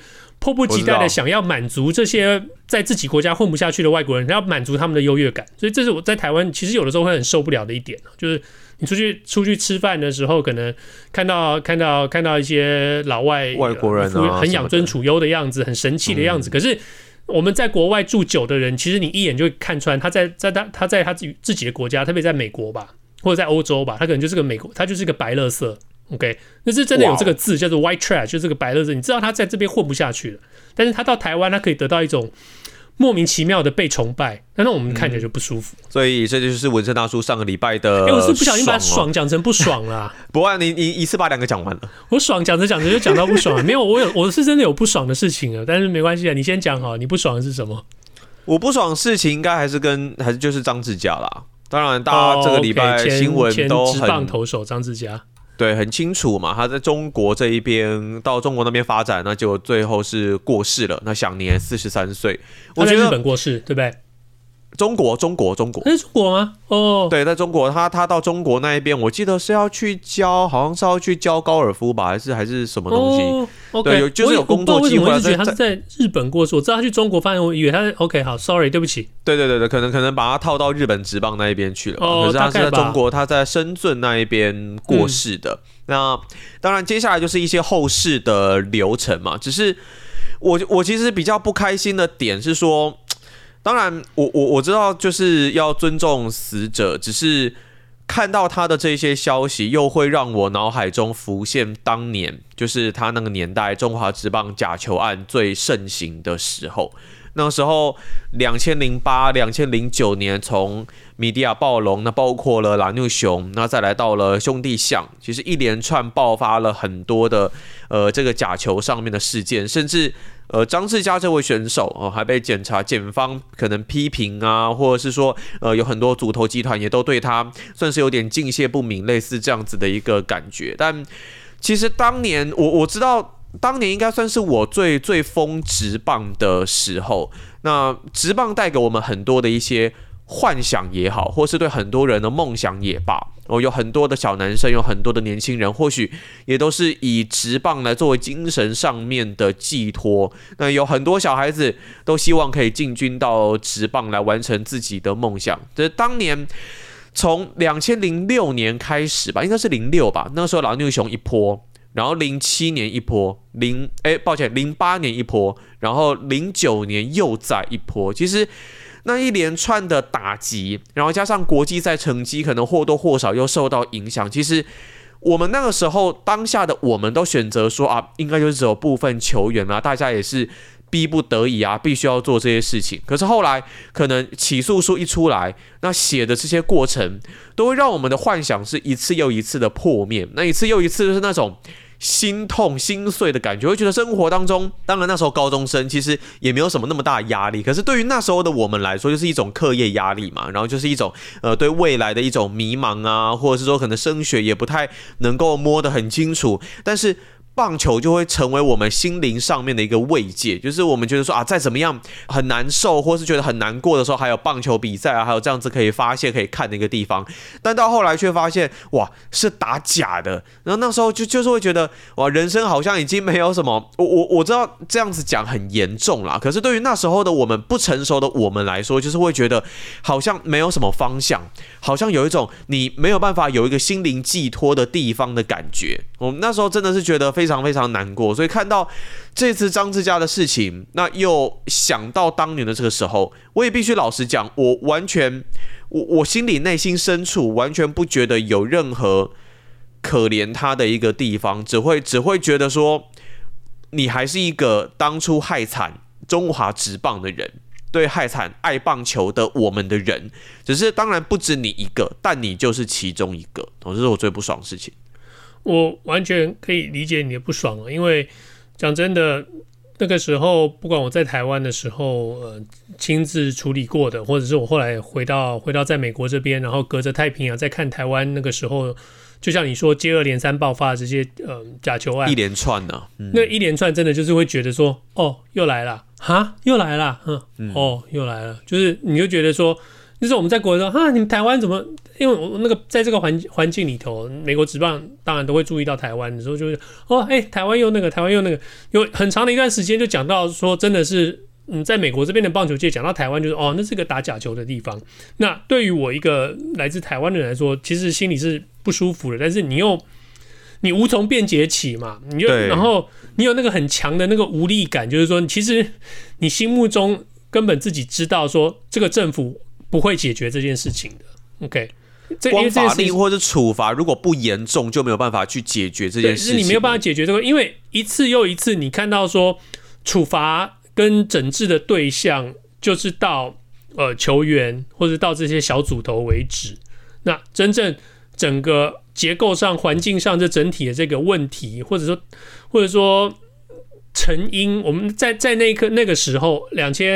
迫不及待的想要满足这些在自己国家混不下去的外国人，要满足他们的优越感，所以这是我在台湾其实有的时候会很受不了的一点，就是你出去吃饭的时候，可能看到一些老外国人很养尊处优的样子，很神气的样子，可是我们在国外住久的人，其实你一眼就会看穿他在他自己的国家，特别在美国吧，或者在欧洲吧，他可能就是个美国，他就是个白垃圾。OK， 那是真的有这个字叫做 white trash， 就是这个白垃圾。你知道他在这边混不下去了，但是他到台湾，他可以得到一种莫名其妙的被崇拜，那我们看起来就不舒服。 所以这就是文森大叔上个礼拜的。 我是不小心把爽讲成不爽啦。 不过你一次把2个讲完了。 我爽讲着讲着就讲到不爽了，没有，我是真的有不爽的事情了，但是没关系啊，你先讲好，你不爽的是什么？ 我不爽的事情应该还是就是张志佳啦。当然，大家这个礼拜新闻都很前职棒投手张志佳。 对，很清楚嘛，他在中国这一边到中国那边发展，那就最后是过世了，那享年43岁。 我觉得日本过世，对不对？ 中国， 那是中国吗？哦， 对，在中国，他到中国那一边，我记得是要去教，好像是要去教高尔夫吧，还是什么东西？对，就是有工作机会。 我一直觉得他是在日本过世，我知道他去中国发展，我以为他是 OK， 好 ，sorry， 对不起。 对，可能把他套到日本职棒那一边去了。可是他是在中国，他在深圳那一边过世的。那当然，接下来就是一些后事的流程嘛。只是我其实比较不开心的点是说。当然我知道就是要尊重死者，只是看到他的这些消息，又会让我脑海中浮现当年就是他那个年代中华职棒假球案最盛行的时候。那时候2008、2009年从米迪亚暴龙，那包括了拉纽熊，那再来到了兄弟象，其实一连串爆发了很多的这个假球上面的事件，甚至张志佳这位选手还被检方可能批评啊，或者是说有很多组头集团也都对他算是有点敬谢不敏，类似这样子的一个感觉。但其实当年我知道。当年应该算是我最疯职棒的时候，那职棒带给我们很多的一些幻想也好，或是对很多人的梦想也罢，有很多的小男生，有很多的年轻人，或许也都是以职棒来作为精神上面的寄托。那有很多小孩子都希望可以进军到职棒来完成自己的梦想。这当年从2006年开始吧，应该是06吧，那时候老牛熊一波。然后07年一波，08年一波，然后09年又再一波。其实那一连串的打击，然后加上国际赛成绩可能或多或少又受到影响。其实我们那个时候当下的我们都选择说啊，应该就是只有部分球员啊，大家也是逼不得已啊，必须要做这些事情。可是后来可能起诉书一出来，那写的这些过程都会让我们的幻想是一次又一次的破灭，那一次又一次就是那种心痛心碎的感觉，会觉得生活当中，当然那时候高中生其实也没有什么那么大的压力，可是对于那时候的我们来说，就是一种课业压力嘛，然后就是一种对未来的一种迷茫啊，或者是说可能升学也不太能够摸得很清楚，但是棒球就会成为我们心灵上面的一个慰藉，就是我们觉得说啊，再怎么样很难受，或是觉得很难过的时候，还有棒球比赛啊，还有这样子可以发泄、可以看的一个地方。但到后来却发现，哇，是打假的。然后那时候就是会觉得，哇，人生好像已经没有什么。我知道这样子讲很严重啦，可是对于那时候的我们不成熟的我们来说，就是会觉得好像没有什么方向，好像有一种你没有办法有一个心灵寄托的地方的感觉。我们那时候真的是觉得非常非常难过，所以看到这次张志佳的事情，那又想到当年的这个时候，我也必须老实讲，我完全我心里内心深处完全不觉得有任何可怜他的一个地方，只会觉得说，你还是一个当初害惨中华职棒的人，对害惨爱棒球的我们的人，只是当然不止你一个，但你就是其中一个，这是我最不爽的事情。 我完全可以理解你的不爽了，因为讲真的，那个时候不管我在台湾的时候，亲自处理过的，或者是我后来回到在美国这边，然后隔着太平洋再看台湾那个时候，就像你说接二连三爆发的这些假球案， 一连串呢、 那一连串真的就是会觉得说，哦，又来了，哈，又来了，哦，又来了，就是你就觉得说。就是我们在国内说，哈，你们台湾怎么因为我那个在这个环境里头，美国职棒当然都会注意到台湾的时候，就是台湾又那个，有很长的一段时间就讲到说，真的是在美国这边的棒球界讲到台湾，就是那是个打假球的地方。那对于我一个来自台湾的人来说，其实心里是不舒服的，但是你无从辩解起嘛，然后你有那个很强的那个无力感，就是说，其实你心目中根本自己知道说，这个政府不会解决这件事情的。OK， 光法令或是处罚如果不严重，就没有办法去解决这件事情。 你没有办法解决这个，因为一次又一次，你看到说处罚跟整治的对象就是到球员或者到这些小组头为止。那真正整个结构上、环境上这整体的这个问题，或者说成因，我们在那个时候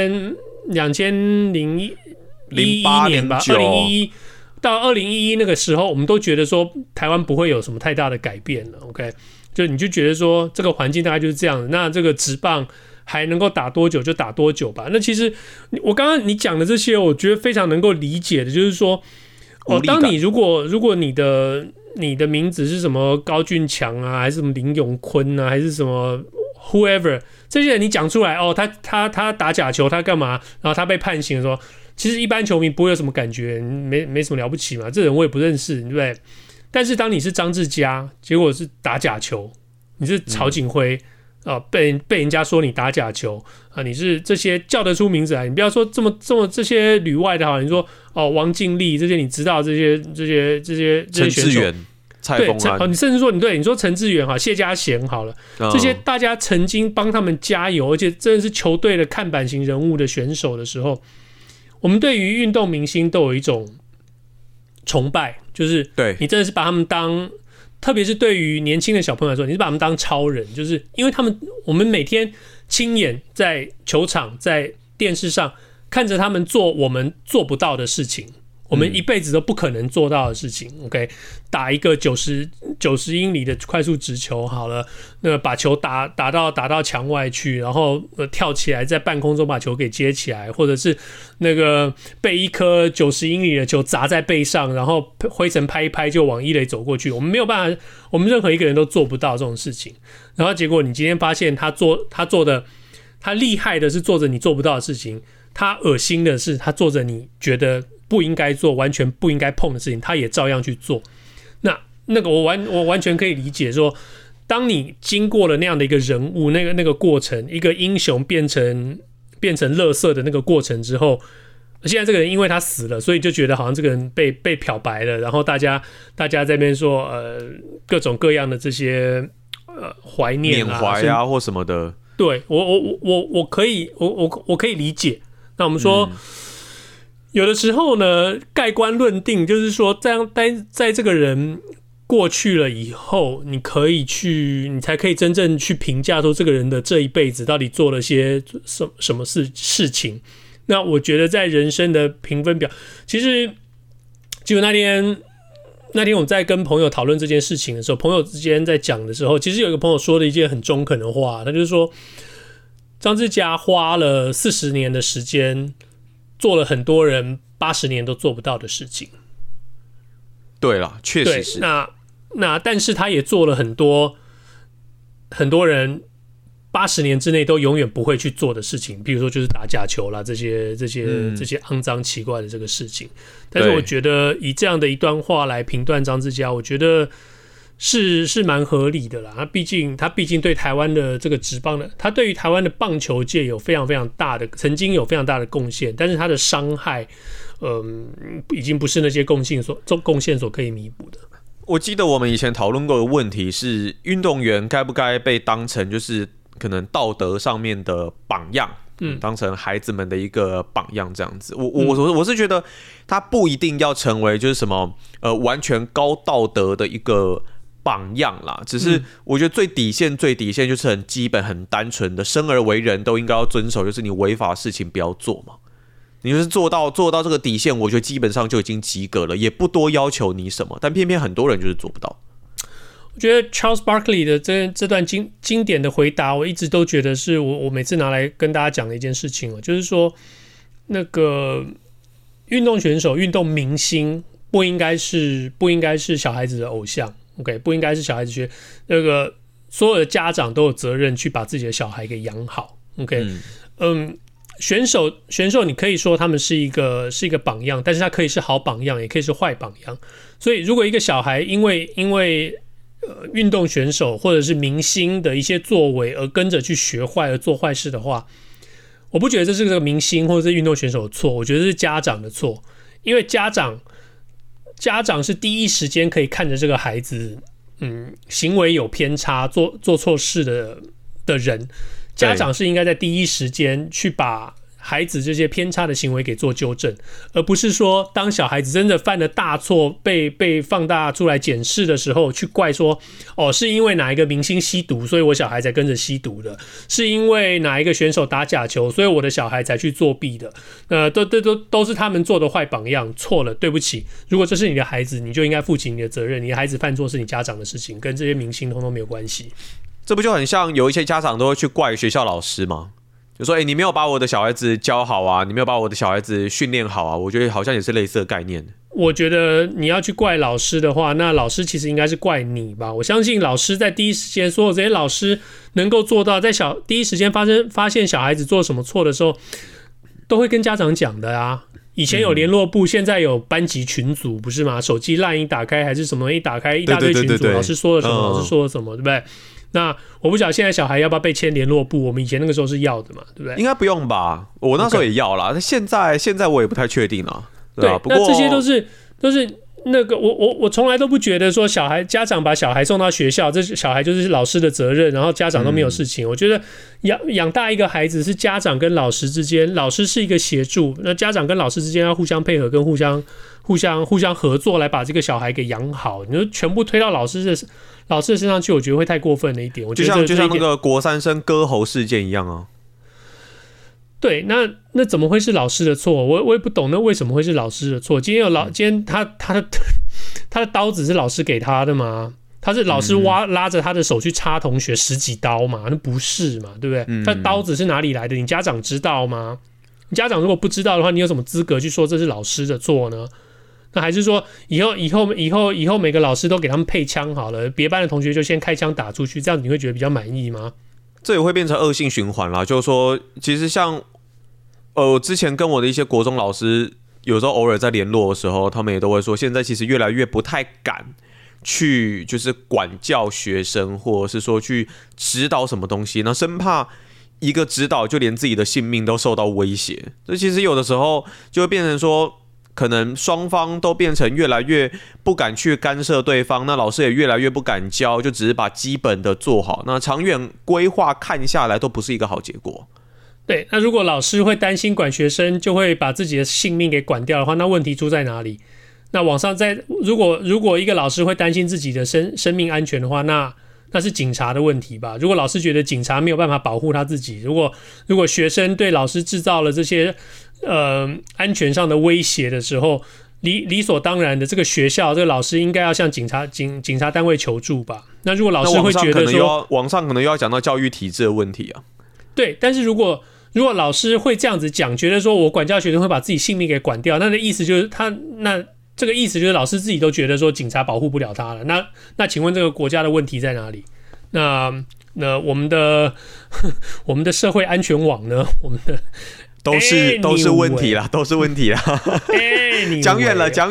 2011年吧，2011到2011那个时候，我们都觉得说台湾不会有什么太大的改变了。OK， 就你就觉得说这个环境大概就是这样的，那这个职棒还能够打多久就打多久吧。那其实我刚刚你讲的这些，我觉得非常能够理解的，就是说，当你如果你的名字是什么高俊强啊，还是什么林永坤啊，还是什么 whoever 这些人，你讲出来他打假球，他干嘛，然后他被判刑的时候，其实一般球迷不会有什么感觉，没什么了不起嘛，这人我也不认识，对不对？但是当你是张志佳，结果是打假球，你是曹景辉被人家说你打假球啊，你是这些叫得出名字来，你不要说这么这些旅外的好，你说王敬丽这些你知道这些陈志远、蔡丰安， 你甚至说你说陈志远好，谢家贤好了，这些大家曾经帮他们加油，而且真的是球队的看板型人物的选手的时候，我们对于运动明星都有一种崇拜，就是对你真的是把他们当，特别是对于年轻的小朋友来说，你是把他们当超人，就是因为我们每天亲眼在球场、在电视上看着他们做我们做不到的事情，我们一辈子都不可能做到的事情。OK， 打一个90英里的快速直球好了，那把球打到墙外去，然后跳起来在半空中把球给接起来，或者是那个被一颗90英里的球砸在背上，然后灰尘拍一拍就往一垒走过去，我们没有办法，我们任何一个人都做不到这种事情。然后结果你今天发现他做的，他厉害的是做着你做不到的事情，他恶心的是他做着你觉得不应该做、完全不应该碰的事情，他也照样去做。那个我完全可以理解说，当你经过了那样的一个人物，那个过程，一个英雄变成垃圾的那个过程之后，现在这个人因为他死了，所以就觉得好像这个人被漂白了，然后大家在那边说各种各样的这些怀念缅怀啊或什么的。 对，我可以理解。那我们说。有的时候呢，盖棺论定就是说，在这个人过去了以后，你才可以真正去评价说这个人的这一辈子到底做了些什么事情。那我觉得在人生的评分表，其实那天我在跟朋友讨论这件事情的时候，朋友之间在讲的时候，其实有一个朋友说了一件很中肯的话，他就是说，张志佳花了40年的时间。做了很多人80年都做不到的事情。 对啦，确实是。 但是他也做了很多人80年之内都永远不会去做的事情，比如说就是打假球啦，这些肮脏奇怪的这个事情。但是我觉得以这样的一段话来评断张志佳，我觉得是蛮合理的啦。他毕竟对台湾的这个职棒的，他对于台湾的棒球界有非常非常大的，曾经有非常大的贡献，但是他的伤害，已经不是那些贡献所可以弥补的。 我记得我们以前讨论过的问题是，运动员该不该被当成就是可能道德上面的榜样，当成孩子们的一个榜样这样子。我是觉得他不一定要成为就是什么完全高道德的一个榜样啦，只是我觉得最底线就是很基本很单纯的，生而为人都应该要遵守，就是你违法事情不要做嘛。你就是做到这个底线，我觉得基本上就已经及格了，也不多要求你什么，但偏偏很多人就是做不到。 我觉得 Charles Barkley 的这段经典的回答，我一直都觉得是我每次拿来跟大家讲的一件事情，就是说那个运动选手、运动明星不应该是小孩子的偶像 ，OK， 不应该是小孩子学那个所有的家长都有责任去把自己的小孩给养好 ，OK，选手你可以说他们是一个榜样，但是他可以是好榜样，也可以是坏榜样。所以如果一个小孩因为运动选手或者是明星的一些作为而跟着去学坏而做坏事的话，我不觉得这是个明星或者是运动选手的错，我觉得是家长的错，因为家长是第一时间可以看着这个孩子行为有偏差做错事的人，家长是应该在第一时间去把孩子这些偏差的行为给做纠正，而不是说当小孩子真的犯了大错被放大出来检视的时候去怪说是因为哪一个明星吸毒所以我小孩才跟着吸毒的，是因为哪一个选手打假球所以我的小孩才去作弊的，都是他们做的坏榜样，错了，对不起，如果这是你的孩子，你就应该负起你的责任，你的孩子犯错是你家长的事情，跟这些明星通通没有关系。 这不就很像有一些家长都会去怪学校老师吗？就说你没有把我的小孩子教好啊，你没有把我的小孩子训练好啊，我觉得好像也是类似的概念。 我觉得你要去怪老师的话，那老师其实应该是怪你吧。我相信老师在第一时间，所有这些老师能够做到在第一时间发现小孩子做什么错的时候，都会跟家长讲的啊。以前有联络部，现在有班级群组，不是吗？手机LINE一打开还是什么一打开一大堆群组，老师说了什么，老师说了什么，对不对？那我不晓得现在小孩要不要被签联络部，我们以前那个时候是要的嘛，对不对？ 应该不用吧，我那时候也要啦，现在我也不太确定了。对啊， 那这些都是那个我从来都不觉得说家长把小孩送到学校，这小孩就是老师的责任，然后家长都没有事情。我觉得养大一个孩子是家长跟老师之间，老师是一个协助，那家长跟老师之间要互相配合跟互相合作来把这个小孩给养好。你就全部推到老师的身上去，我觉得会太过分了一点。我觉得就像那个国三生割喉事件一样啊。 对，那怎么会是老师的错？我也不懂，那为什么会是老师的错？今天他的刀子是老师给他的吗？他是老师拉着他的手去插同学10几刀嘛？那不是嘛？对不对？他的刀子是哪里来的？你家长知道吗？你家长如果不知道的话，你有什么资格去说这是老师的错呢？那还是说以后每个老师都给他们配枪好了，别班的同学就先开枪打出去，这样你会觉得比较满意吗？ 这也会变成恶性循环啦。就是说，其实像我之前跟我的一些国中老师，有时候偶尔在联络的时候，他们也都会说，现在其实越来越不太敢去就是管教学生，或者是说去指导什么东西，那生怕一个指导就连自己的性命都受到威胁。这其实有的时候就会变成说，可能双方都变成越来越不敢去干涉对方，那老师也越来越不敢教，就只是把基本的做好，那长远规划看下来都不是一个好结果。 对，那如果老师会担心管学生就会把自己的性命给管掉的话，那问题出在哪里？那往上如果一个老师会担心自己的生命安全的话，那是警察的问题吧？如果老师觉得警察没有办法保护他自己，如果学生对老师制造了这些安全上的威胁的时候，理所当然的，这个学校这个老师应该要向警察单位求助吧？那如果老师会觉得说， 网上可能又要讲到教育体制的问题啊。 对，但是如果老师会这样子讲，觉得说我管教学生会把自己性命给管掉，那的意思就是这个意思就是老师自己都觉得说警察保护不了他了。那请问这个国家的问题在哪里？那我们的社会安全网呢？我们的都是问题啦，都是问题啦。讲远了。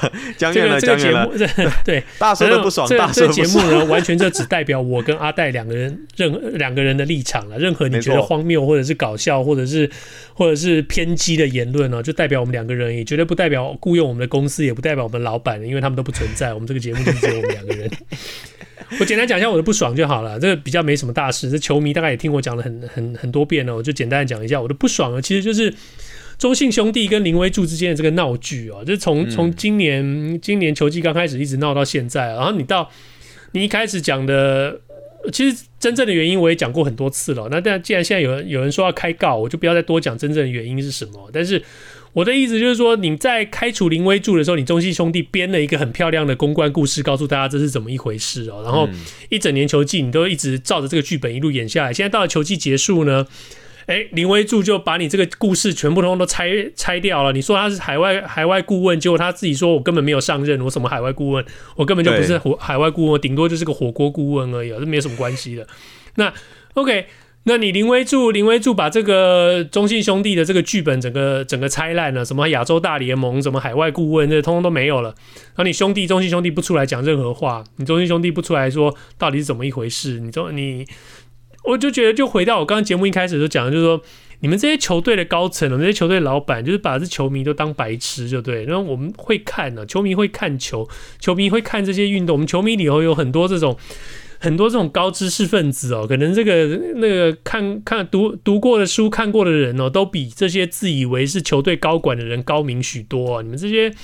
对， 大说的不爽，大说的不爽。这节目呢，完全就只代表我跟阿戴两个人的立场了。任何你觉得荒谬或者是搞笑或者是偏激的言论呢，就代表我们两个人，也绝对不代表雇佣我们的公司，也不代表我们的老板，因为他们都不存在。我们这个节目就只有我们两个人。我简单讲一下我的不爽就好了，这个比较没什么大事。这球迷大概也听我讲了很多遍了，我就简单的讲一下我的不爽呢，其实就是中信兄弟跟林威助之间的这个闹剧啊，就是从今年球季刚开始一直闹到现在，然后你一开始讲的，其实真正的原因我也讲过很多次了。那但既然现在有人说要开告，我就不要再多讲真正的原因是什么。但是我的意思就是说，你在开除林威助的时候，你中信兄弟编了一个很漂亮的公关故事，告诉大家这是怎么一回事哦。然后一整年球季你都一直照着这个剧本一路演下来，现在到了球季结束呢， 林威助就把你这个故事全部通通都拆掉了。你说他是海外顾问，结果他自己说我根本没有上任，我什么海外顾问，我根本就不是海外顾问，顶多就是个火锅顾问而已，这没有什么关系的。那 OK。那你林威助把这个中信兄弟的这个剧本整个拆烂了，什么亚洲大联盟，什么海外顾问，这通通都没有了。然后你中信兄弟不出来讲任何话，你中信兄弟不出来说到底是怎么一回事，我就觉得就回到我刚刚节目一开始就讲的，就是说你们这些球队的高层，我们这些球队的老板，就是把这球迷都当白痴，就对。然后我们会看球迷会看球迷会看这些运动，我们球迷里头有很多这种高知识分子可能那个读过的书看过的人都比这些自以为是球队高管的人高明许多你们这些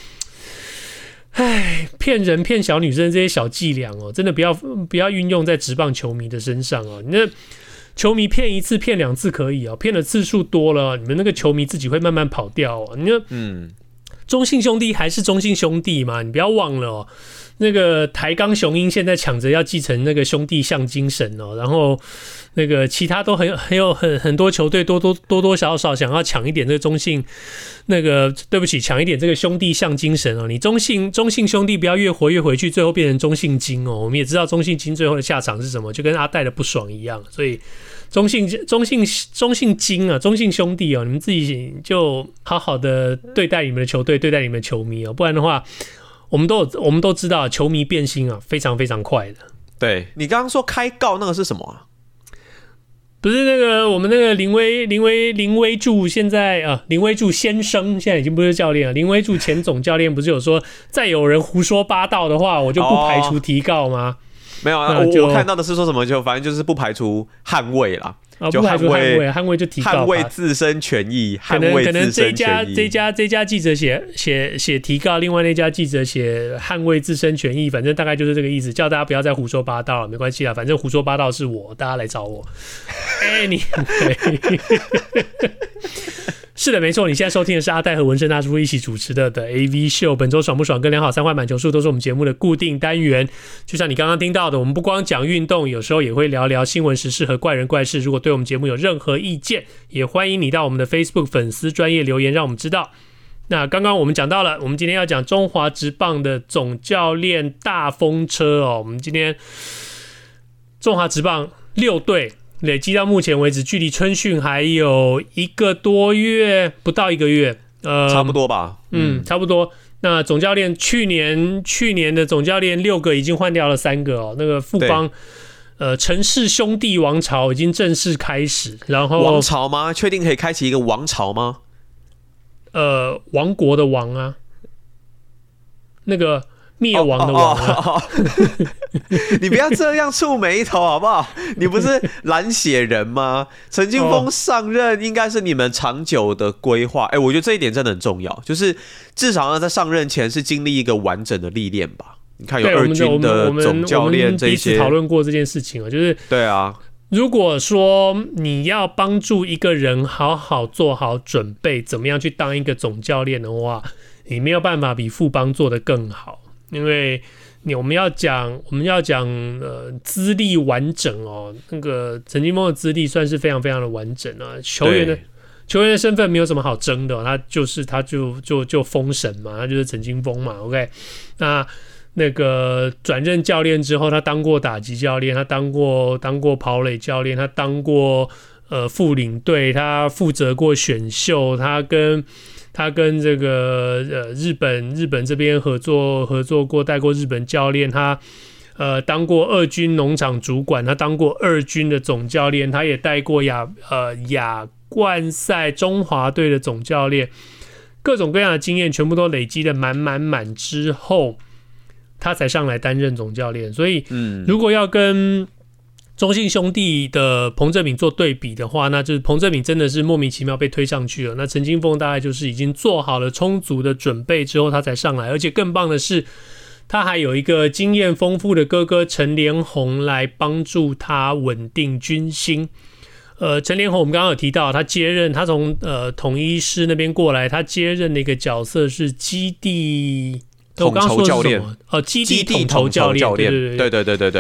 骗人骗小女生这些小伎俩真的不要运用在职棒球迷的身上你那球迷骗一次骗2次可以骗的次数多了，你们那个球迷自己会慢慢跑掉你那中信兄弟还是中信兄弟嘛，你不要忘了那个台钢雄鹰现在抢着要继承那个兄弟象精神然后那个其他都很多球队多少想要抢一点这个中信那个对不起抢一点这个兄弟象精神你中信兄弟不要越活越回去，最后变成中信金我们也知道中信金最后的下场是什么，就跟阿戴的不爽一样，所以中信金中信兄弟你们自己就好好的对待你们的球队，对待你们的球迷不然的话。我们都知道球迷变心非常非常快的。 对，你刚刚说开告那个是什么不是那个我们那个林威助现在林威助先生现在已经不是教练了。林威助前总教练不是有说，再有人胡说八道的话，我就不排除提告吗？ 没有我看到的是说什么，就反正就是不排除捍卫啦。 就捍卫就提告， 捍卫自身权益，捍卫自身权益。 这家记者写提告，另外那家记者写捍卫自身权益，反正大概就是这个意思，叫大家不要再胡说八道了，没关系啦，反正胡说八道是我，大家来找我。是的，没错，你现在收听的是阿戴和文生大叔一起主持的 The AV Show。本周爽不爽跟良好3坏满球数都是我们节目的固定单元。就像你刚刚听到的，我们不光讲运动，有时候也会聊聊新闻时事和怪人怪事。如果对我们节目有任何意见，也欢迎你到我们的 Facebook 粉丝专页留言，让我们知道。那刚刚我们讲到了，我们今天要讲中华职棒的总教练大风车我们今天中华职棒6队。累积到目前为止，距离春训还有1个多月，不到1个月， 差不多吧， 差不多。那总教练去年的总教练6个已经换掉了3个那个富邦陈氏兄弟王朝已经正式开始，然后王朝吗？确定可以开启一个王朝吗？ 王国的王啊，那个。灭亡的亡你不要这样触眉头好不好？你不是蓝血人吗？陈金锋上任应该是你们长久的规划我觉得这一点真的很重要，就是至少要在上任前是经历一个完整的历练吧。你看有2军的总教练这些，我们彼此讨论过这件事情就是对啊。 如果说你要帮助一个人好好做好准备，怎么样去当一个总教练的话，你没有办法比富邦做得更好。因为我们要讲资历完整那个陈金锋的资历算是非常非常的完整球员的身份没有什么好争的他就封神嘛，他就是陈金锋嘛 OK。 那个转任教练之后，他当过打击教练，他当过跑垒教练，他当过副领队，他负责过选秀，他跟这个日本这边合作过，带过日本教练，他当过2军农场主管，他当过2军的总教练，他也带过亚冠赛中华队的总教练，各种各样的经验全部都累积的满之后，他才上来担任总教练。所以如果要跟中信兄弟的彭政閔做对比的话，那就是彭政閔真的是莫名其妙被推上去了。那陈金锋大概就是已经做好了充足的准备之后，他才上来。而且更棒的是，他还有一个经验丰富的哥哥陈连宏来帮助他稳定军心。陈连宏我们刚刚有提到，他从统一师那边过来，他接任的一个角色是基地统筹教练， 基地统筹教练， 对。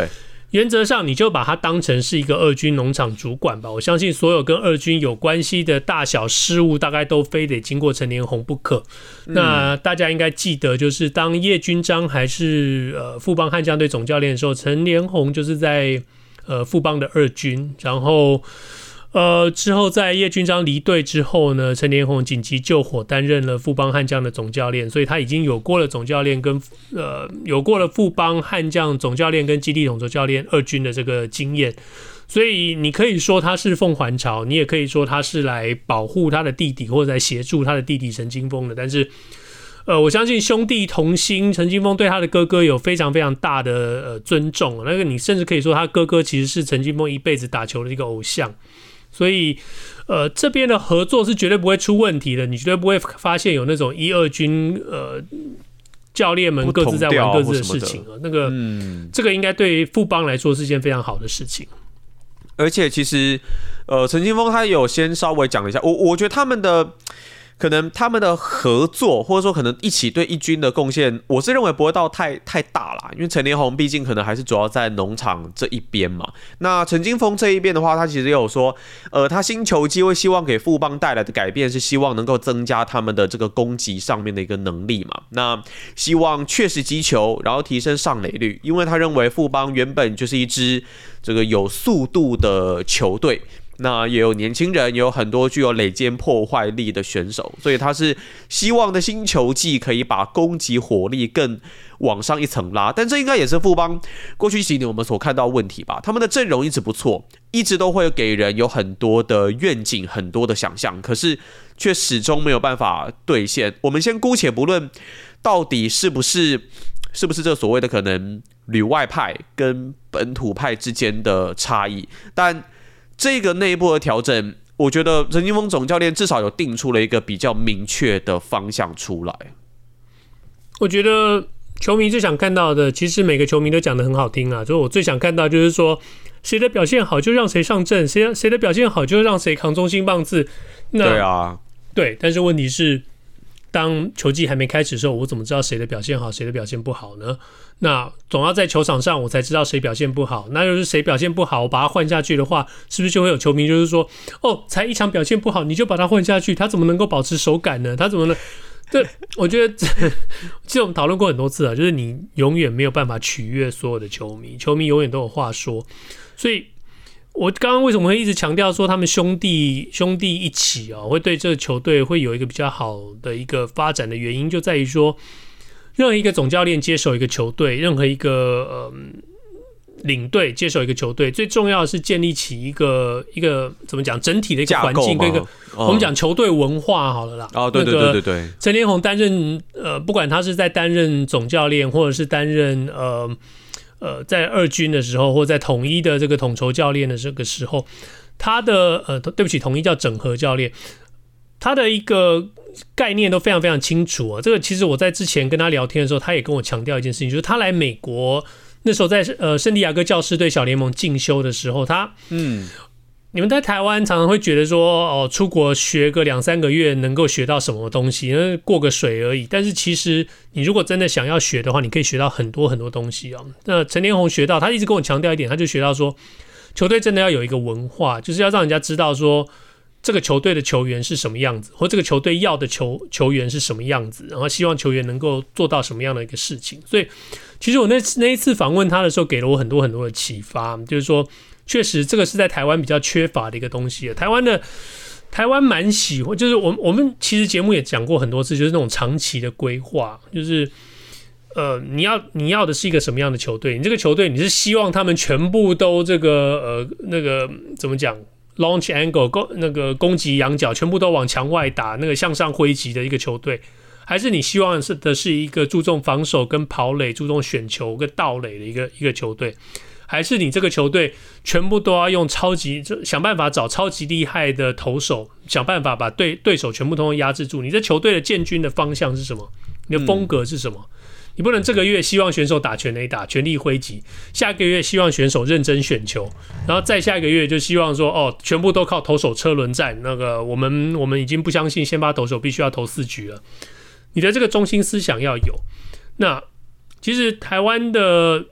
原则上你就把它当成是一个二军农场主管吧。我相信所有跟二军有关系的大小事务，大概都非得经过陈连宏不可。那大家应该记得，就是当叶军章还是富邦悍将队总教练的时候，陈连宏就是在富邦的二军，然后之后在叶军章离队之后呢，陈连宏紧急救火，担任了富邦悍将的总教练，所以他已经有过了总教练跟有过了富邦悍将总教练跟基地总教练二军的这个经验，所以你可以说他是凤还巢，你也可以说他是来保护他的弟弟或者来协助他的弟弟陈金锋的，但是我相信兄弟同心，陈金锋对他的哥哥有非常非常大的尊重，那个你甚至可以说他哥哥其实是陈金锋一辈子打球的一个偶像。所以，这边的合作是绝对不会出问题的，你绝对不会发现有那种一二军教练们各自在玩各自的事情那个，这个应该对富邦来说是件非常好的事情。 而且其实，陈金锋他有先稍微讲了一下，我觉得可能他们的合作，或者说可能一起对一军的贡献，我是认为不会到太大啦，因为陈连宏毕竟可能还是主要在农场这一边嘛。那陈金锋这一边的话，他其实也有说，他新球季会希望给富邦带来的改变是希望能够增加他们的这个攻击上面的一个能力嘛。那希望确实击球，然后提升上垒率，因为他认为富邦原本就是一支这个有速度的球队。那也有年轻人，也有很多具有垒间破坏力的选手，所以他是希望的新球季可以把攻击火力更往上一层拉。但这应该也是富邦过去几年我们所看到的问题吧？他们的阵容一直不错，一直都会给人有很多的愿景、很多的想象，可是却始终没有办法兑现。我们先姑且不论到底是不是这所谓的可能旅外派跟本土派之间的差异，但这个内部的调整，我觉得陈金锋总教练至少有定出了一个比较明确的方向出来。 我觉得球迷最想看到的，其实每个球迷都讲得很好听啊，就是我最想看到就是说，谁的表现好就让谁上阵，谁的表现好就让谁扛中心棒次。 对啊， 对，但是问题是，当球季还没开始的时候，我怎么知道谁的表现好，谁的表现不好呢？那总要在球场上我才知道谁表现不好，那就是谁表现不好，我把他换下去的话，是不是就会有球迷就是说，才一场表现不好你就把他换下去，他怎么能够保持手感呢？他怎么能？对，我觉得其实我们讨论过很多次了，就是你永远没有办法取悦所有的球迷，球迷永远都有话说，所以我刚刚为什么会一直强调说他们兄弟一起会对这个球队会有一个比较好的一个发展的原因，就在于说，任何一个总教练接手一个球队，任何一个领队接手一个球队，最重要的是建立起一个怎么讲整体的一个环境跟一个我们讲球队文化好了啦。 对。 陈连宏担任不管他是在担任总教练，或者是担任在二军的时候，或在统一的这个统筹教练的这个时候，他的对不起，统一叫整合教练，他的一个概念都非常非常清楚啊。这个其实我在之前跟他聊天的时候，他也跟我强调一件事情，就是他来美国那时候在圣地亚哥教士队小联盟进修的时候，你们在台湾常常会觉得说，出国学个2-3个月能够学到什么东西，过个水而已。但是其实你如果真的想要学的话，你可以学到很多很多东西啊。那陈连宏学到，他一直跟我强调一点，他就学到说，球队真的要有一个文化，就是要让人家知道说，这个球队的球员是什么样子，或这个球队要的球员是什么样子，然后希望球员能够做到什么样的一个事情。所以其实我那一次访问他的时候，给了我很多很多的启发，就是说确实这个是在台湾比较缺乏的一个东西。台湾蛮喜欢，就是我们其实节目也讲过很多次，就是那种长期的规划，就是你要的是一个什么样的球队？你这个球队你是希望他们全部都这个那个怎么讲 ？launch angle 那个攻击仰角全部都往墙外打，那个向上挥击的一个球队，还是你希望的是一个注重防守跟跑垒、注重选球跟盗垒的一个球队？还是你这个球队全部都要用想办法找超级厉害的投手，想办法把对手全部都压制住？你这球队的建军的方向是什么？你的风格是什么？你不能这个月希望选手打全垒打、全力挥击，下个月希望选手认真选球，然后再下一个月就希望说全部都靠投手车轮战。那个我们已经不相信先发投手必须要投4局了。你的这个中心思想要有。那其实台湾的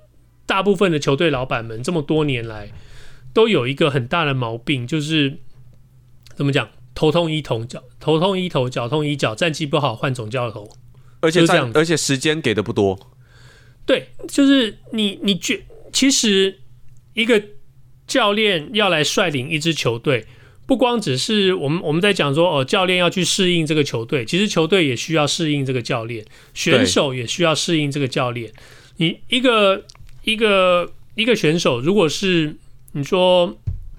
大部分的球队老板们这么多年来都有一个很大的毛病，就是怎么讲？头痛医头，脚痛医脚，战绩不好换总教头， 而且时间给的不多。 对，就是其实一个教练要来率领一支球队，不光只是我们在讲说教练要去适应这个球队，其实球队也需要适应这个教练，选手也需要适应这个教练。你一个选手，如果是你说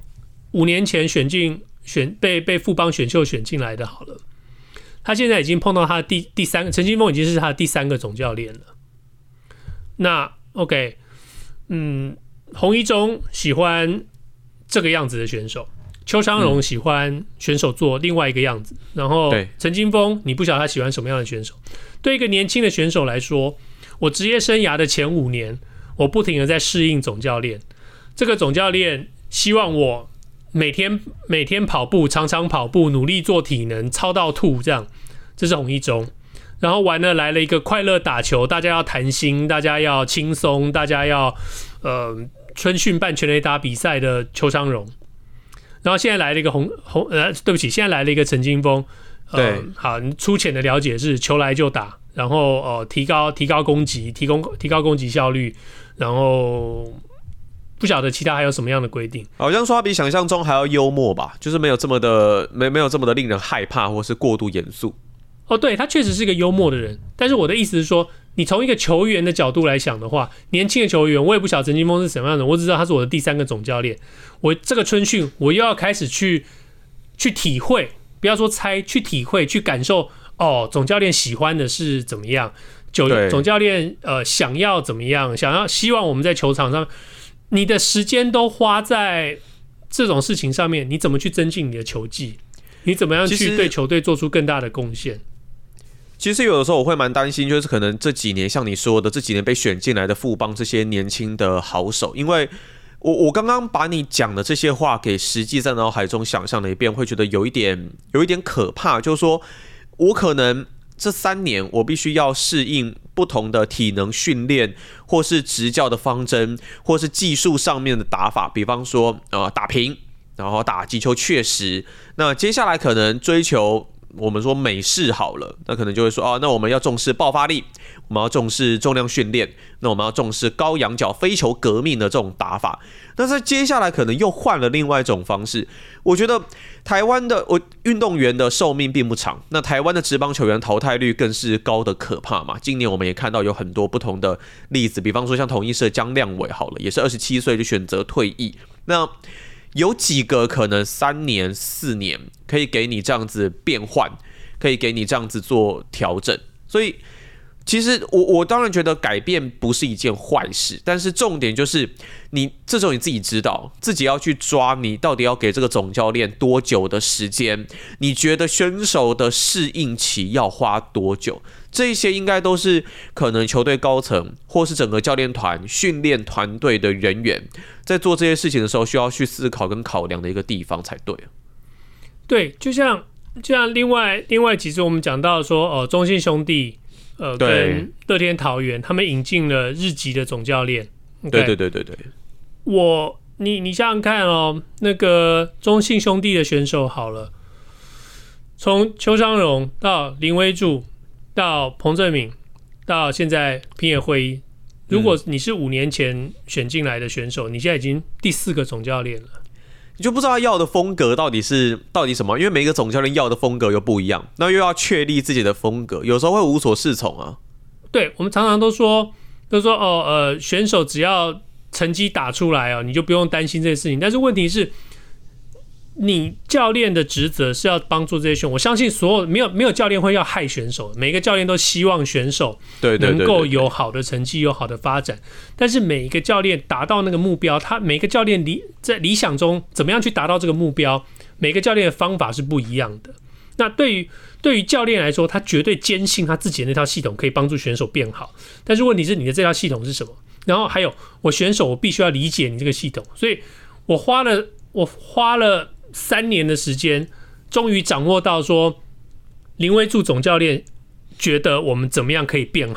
5年前被富邦选秀选进来的好了，他现在已经碰到他的第三个，陈金锋已经是他的第3个总教练了。那 OK， 洪一中喜欢这个样子的选手，邱昌荣喜欢选手做另外一个样子，然后陈金锋你不晓得他喜欢什么样的选手。对一个年轻的选手来说，我职业生涯的前5年，我不停的在适应总教练，这个总教练希望我每天跑步，常常跑步，努力做体能，操到吐，这样，这是洪一中。然后完了来了一个快乐打球，大家要谈心，大家要轻松，大家要春训办全垒打比赛的邱昌荣。然后现在来了一个对不起，现在来了一个陈金锋。 对， 好，你粗浅的了解是球来就打，然后提高攻击，提高攻击效率，然后。不晓得其他还有什么样的规定？ 好像说他比想象中还要幽默吧，就是没有这么的令人害怕，或是过度严肃。 对，他确实是一个幽默的人。但是我的意思是说，你从一个球员的角度来想的话，年轻的球员，我也不晓得陈金锋是什么样的人，我只知道他是我的第3个总教练。我这个春训，我又要开始去体会，不要说猜，去体会，去感受。总教练喜欢的是怎么样？总教练想要怎么样？希望我们在球场上。你的时间都花在这种事情上面，你怎么去增进你的球技？你怎么样去对球队做出更大的贡献？ 其实有的时候我会蛮担心，就是可能这几年像你说的，这几年被选进来的富邦这些年轻的好手，因为我刚刚把你讲的这些话给实际在脑海中想象了一遍，会觉得有一点可怕，就是说我可能这3年我必须要适应不同的体能训练，或是执教的方针，或是技术上面的打法，比方说打平，然后打击球确实。那接下来可能追求我们说美式好了，那可能就会说那我们要重视爆发力，我们要重视重量训练，那我们要重视高仰角飞球革命的这种打法。但是接下来可能又换了另外一种方式。我觉得台湾的运动员的寿命并不长，那台湾的职棒球员淘汰率更是高的可怕嘛。今年我们也看到有很多不同的例子，比方说像统一社江亮伟好了，也是27岁就选择退役。那有几个可能3年4年可以给你这样子变换，可以给你这样子做调整。所以其实我当然觉得改变不是一件坏事，但是重点就是这种你自己知道，自己要去抓你到底要给这个总教练多久的时间，你觉得选手的适应期要花多久，这些应该都是可能球队高层或是整个教练团训练团队的人员在做这些事情的时候需要去思考跟考量的一个地方才对。对， 就像另外其实我们讲到说中信兄弟跟乐天桃园他们引进了日籍的总教练。 对， 你想想看那个中信兄弟的选手好了，从邱昌荣到林威助到彭政闵到现在平野会一，如果你是5年前选进来的选手，你现在已经第4个总教练了， 你就不知道他要的风格到底什么，因为每一个总教练要的风格又不一样，那又要确立自己的风格，有时候会无所适从啊。 对，我们常常都说选手只要成绩打出来你就不用担心这些事情。但是问题是，你教练的职责是要帮助这些选手。我相信没有教练会要害选手，每个教练都希望选手能够有好的成绩，有好的发展。但是每一个教练达到那个目标，每个教练在理想中怎么样去达到这个目标，每个教练的方法是不一样的。那对于教练来说，他绝对坚信他自己的那套系统可以帮助选手变好。但是问题是，你的这套系统是什么？然后还有，我选手我必须要理解你这个系统，所以我花了3年的时间，终于掌握到说林威助总教练觉得我们怎么样可以变好，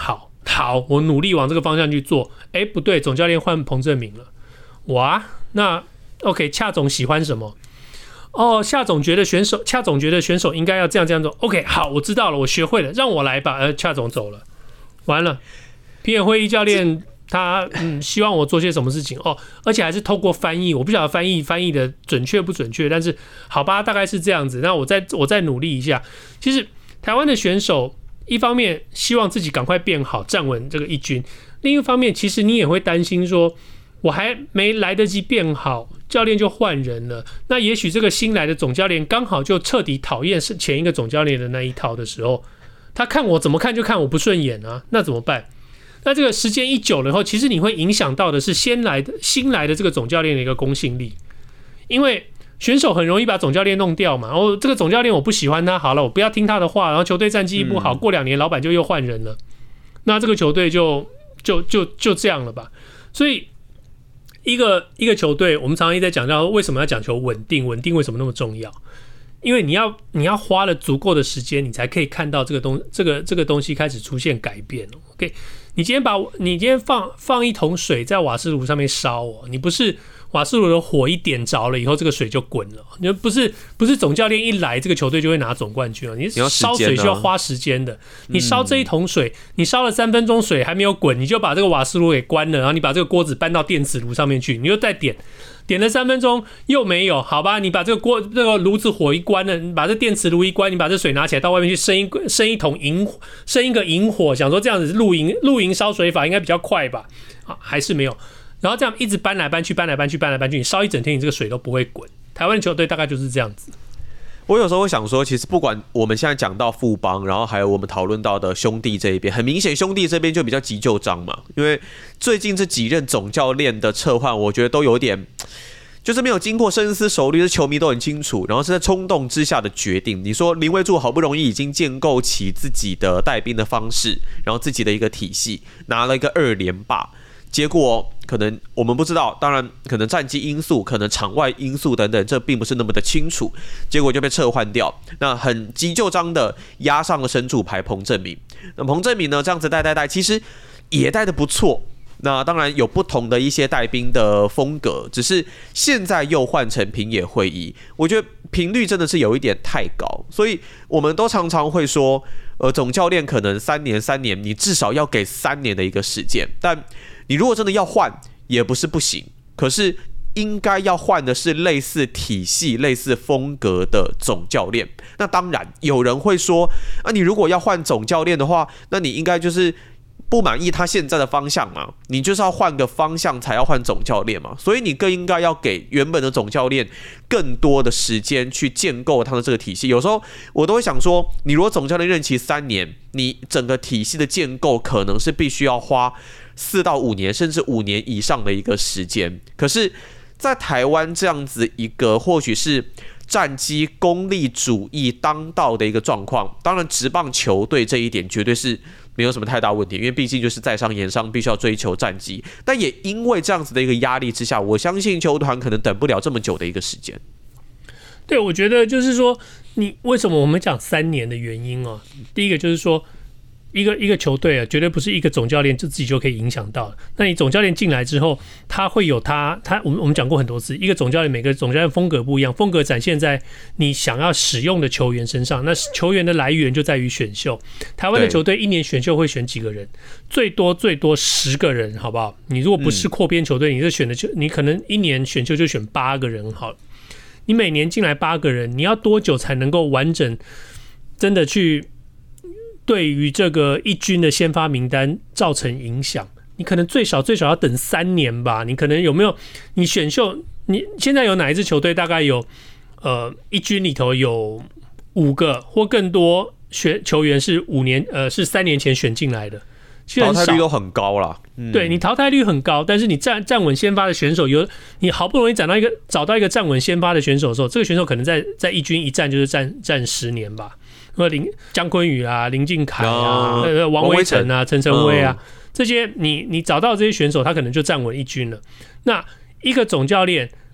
好，我努力往这个方向去做。哎，不对，总教练换彭政闵了，哇，那 OK， 恰总喜欢什么？哦，恰总觉得选手应该要这样做。OK， 好，我知道了，我学会了，让我来吧。恰总走了，完了，平野会议教练他希望我做些什么事情哦，而且还是透过翻译，我不晓得翻译的准确不准确，但是好吧，大概是这样子。那我再努力一下。其实台湾的选手一方面希望自己赶快变好，站稳这个一军，另一方面其实你也会担心说，我还没来得及变好，教练就换人了。那也许这个新来的总教练刚好就彻底讨厌前一个总教练的那一套的时候，他看我怎么看就看我不顺眼啊，那怎么办？那这个时间一久了以后，其实你会影响到的是新来的这个总教练的一个公信力，因为选手很容易把总教练弄掉嘛。哦，这个总教练我不喜欢他，好了，我不要听他的话，然后球队战绩一不好，过2年老板就又换人了，那这个球队就这样了吧。所以一个球队，我们常常一直在讲到为什么要讲求稳定，稳定为什么那么重要？因为你要花了足够的时间，你才可以看到这个东西开始出现改变。OK， 你今天放一桶水在瓦斯炉上面烧哦，你不是瓦斯炉的火一点着了以后，这个水就滚了。你不是总教练一来，这个球队就会拿总冠军了。你烧水需要花时间的。你烧这一桶水，你烧了3分钟水还没有滚，你就把这个瓦斯炉给关了，然后你把这个锅子搬到电磁炉上面去，你又再点了3分钟又没有，好吧？你把这个炉子火一关了，你把这电磁炉一关，你把这水拿起来到外面去生一个引火，想说这样子露营烧水法应该比较快吧？啊，还是没有。然后这样一直搬来搬去，你烧一整天，你这个水都不会滚。台湾的球队大概就是这样子。 我有时候会想说，其实不管我们现在讲到富邦，然后还有我们讨论到的兄弟这一边，很明显兄弟这边就比较急就章嘛，因为最近这几任总教练的撤换，我觉得都有点就是没有经过深思熟虑，这球迷都很清楚，然后是在冲动之下的决定。你说林威助好不容易已经建构起自己的带兵的方式，然后自己的一个体系，拿了一个2连霸。结果可能我们不知道，当然可能战绩因素，可能场外因素等等，这并不是那么的清楚。结果就被撤换掉，那很急就章的压上了神主牌彭政闵。那彭政闵呢，这样子带，其实也带得不错。那当然有不同的一些带兵的风格，只是现在又换成平野会议，我觉得频率真的是有一点太高，所以我们都常常会说，总教练可能3年，你至少要给3年的一个时间，但你如果真的要换，也不是不行，可是应该要换的是类似体系、类似风格的总教练。那当然有人会说，你如果要换总教练的话，那你应该就是不满意他现在的方向嘛，你就是要换个方向才要换总教练嘛，所以你更应该要给原本的总教练更多的时间去建构他的这个体系。有时候我都会想说，你如果总教练任期3年，你整个体系的建构可能是必须要花4到5年，甚至5年以上的一个时间。可是在台湾这样子一个或许是战绩功利主义当道的一个状况，当然职棒球队这一点绝对是没有什么太大问题，因为毕竟就是在商言商，必须要追求战绩。但也因为这样子的一个压力之下，我相信球团可能等不了这么久的一个时间。 对，我觉得就是说，你为什么我们讲3年的原因哦？第一个就是说，一个球队啊，绝对不是一个总教练就自己就可以影响到的。那你总教练进来之后，他会有我们讲过很多次，一个总教练每个总教练风格不一样，风格展现在你想要使用的球员身上。那球员的来源就在于选秀。台湾的球队1年选秀会选几个人？最多10个人，好不好？你如果不是扩编球队，你可能1年选秀就选8个人好了。你每年进来8个人，你要多久才能够完整真的去对于这个一军的先发名单造成影响？你可能最少要等3年吧。你可能有没有？你选秀，你现在有哪一支球队大概有一军里头有5个或更多球员是是3年前选进来的？ 淘汰率都很高啦。 对，你淘汰率很高，但是你站稳先发的选手，你好不容易找到一个站稳先发的选手的时候，这个选手可能在一军一站就是站10年吧。江坤宇啊、林敬凯啊、王威成啊、陈晨威啊，这些你找到这些选手，他可能就站稳一军了。那一个总教练，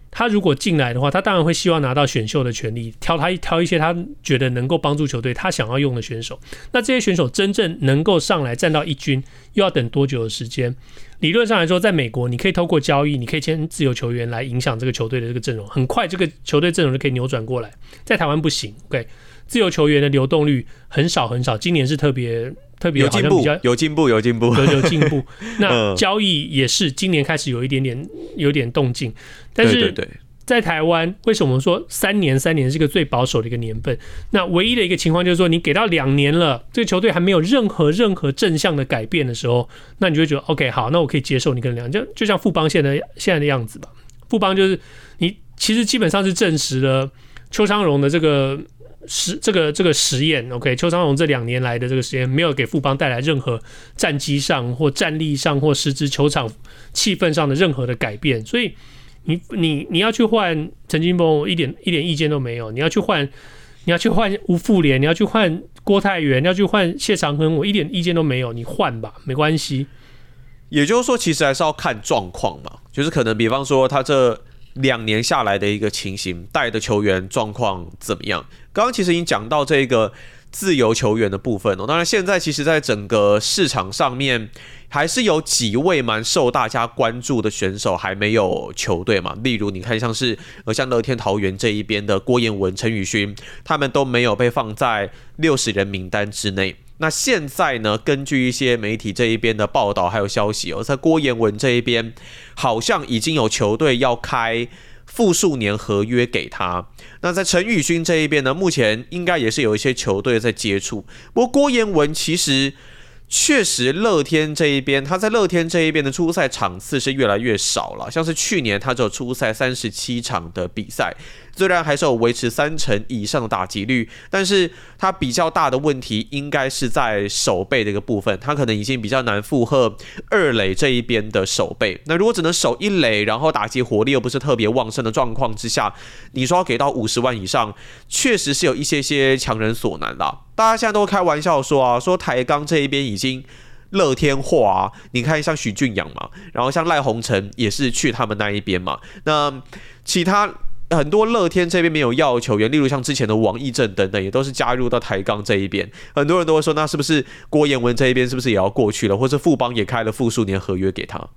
他如果进来的话，他当然会希望拿到选秀的权利，挑一些他觉得能够帮助球队他想要用的选手。那这些选手真正能够上来站到一军，又要等多久的时间？理论上来说，在美国你可以透过交易，你可以签自由球员来影响这个球队的这个阵容，很快这个球队阵容就可以扭转过来。在台湾不行 ，OK， 自由球员的流动率很少很少，今年是特别有进步，有进步。 那交易也是今年开始有点动静，但是在台湾，为什么说3年是一个最保守的一个年份？那唯一的一个情况就是说，你给到2年了，这个球队还没有任何正向的改变的时候，那你就会觉得 OK， 好，那我可以接受你跟2年，就像富邦现在的样子吧。富邦就是你其实基本上是证实了邱昌荣的这个实验 ，OK， 邱昌荣这2年来的这个实验没有给富邦带来任何战绩上或战力上或实质球场气氛上的任何的改变，所以你要去换陈金锋，一点意见都没有。你要去换吴富连，你要去换郭泰源，你要去换谢长亨，我一点意见都没有。你换吧，没关系。 也就是说，其实还是要看状况嘛，就是可能比方说他这2年下来的一个情形，带的球员状况怎么样？刚刚其实已经讲到这个自由球员的部分哦。当然，现在其实在整个市场上面，还是有几位蛮受大家关注的选手还没有球队嘛。例如，你看像乐天桃园这一边的郭彦文、陈宇勋，他们都没有被放在60人名单之内。那现在呢，根据一些媒体这一边的报道还有消息在郭彦文这一边，好像已经有球队要开复数年合约给他。那在陈宇勋这一边呢，目前应该也是有一些球队在接触。不过郭彦文其实确实乐天这一边，他在乐天这一边的出赛场次是越来越少了，像是去年他只有出赛37场的比赛，虽然还是有维持30%以上的打击率，但是他比较大的问题应该是在守备的一个部分，他可能已经比较难负荷二垒这一边的守备。那如果只能守一垒，然后打击火力又不是特别旺盛的状况之下，你说要给到50万以上，确实是有一些强人所难啦。大家现在都开玩笑说台钢这一边已经乐天化你看像许峻阳嘛，然后像赖鸿成也是去他们那一边嘛。那其他很多乐天这边没有要的球员，例如像之前的王义正等等，也都是加入到台钢这一边。很多人都会说，那是不是郭彦文这一边是不是也要过去了，或是富邦也开了复数年合约给他？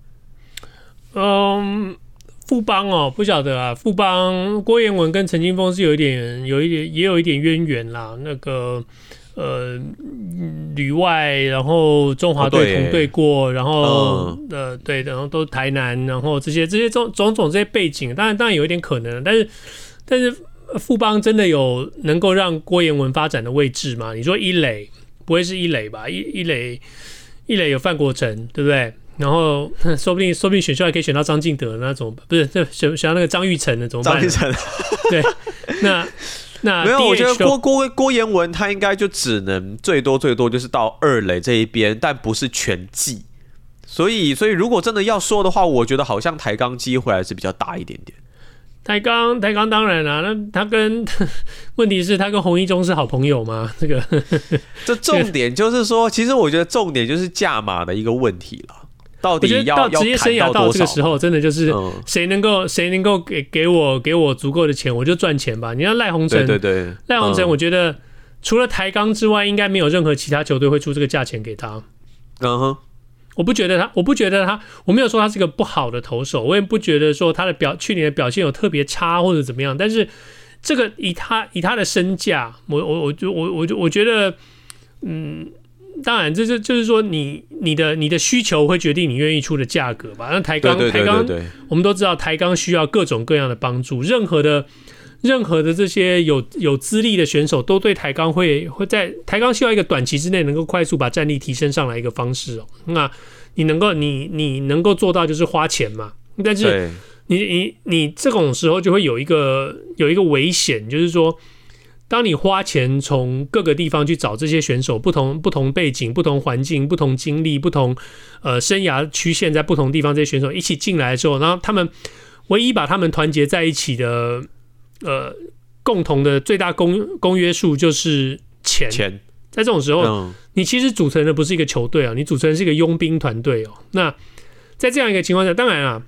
富邦不晓得啊。富邦郭彦文跟陈金锋是有一点渊源啦。那个旅外，然后中华队同队过，然后对，然后都台南，然后这些种这些背景，当然有一点可能，但是富邦真的有能够让郭彦文发展的位置吗？你说一垒不会是一垒吧？一垒有范国成，对不对？然后说不定选秀还可以选到张进德那种，不是选到那个张育成的怎么办？ 张育成对，那没有，我觉得郭彦文他应该就只能最多就是到二垒这一边，但不是全季。所以如果真的要说的话，我觉得好像台钢机会还是比较大一点点。 台钢当然啦，那问题是他跟洪一中是好朋友吗？ 这重点就是说，其实我觉得重点就是价码的一个问题了。到底到职业生涯到这个时候，真的就是谁能够给我足够的钱，我就赚钱吧。你像赖鸿成，对，赖鸿成，我觉得除了台钢之外，应该没有任何其他球队会出这个价钱给他。我不觉得他，我没有说他是个不好的投手，我也不觉得说他的去年的表现有特别差或者怎么样。但是这个以他的身价，我觉得，当然，这就是说你的需求会决定你愿意出的价格吧。那台钢，我们都知道台钢需要各种各样的帮助，任何的这些有资历的选手都对台钢会在台钢需要一个短期之内能够快速把战力提升上来一个方式那你能够做到就是花钱嘛，但是你这种时候就会有一个危险，就是说，当你花钱从各个地方去找这些选手，不同背景、不同环境、不同经历、不同生涯曲线在不同地方，这些选手一起进来的时候，然后他们唯一把他们团结在一起的共同的最大公约数就是钱。在这种时候，你其实组成的不是一个球队你组成的是一个佣兵团队那在这样一个情况下，当然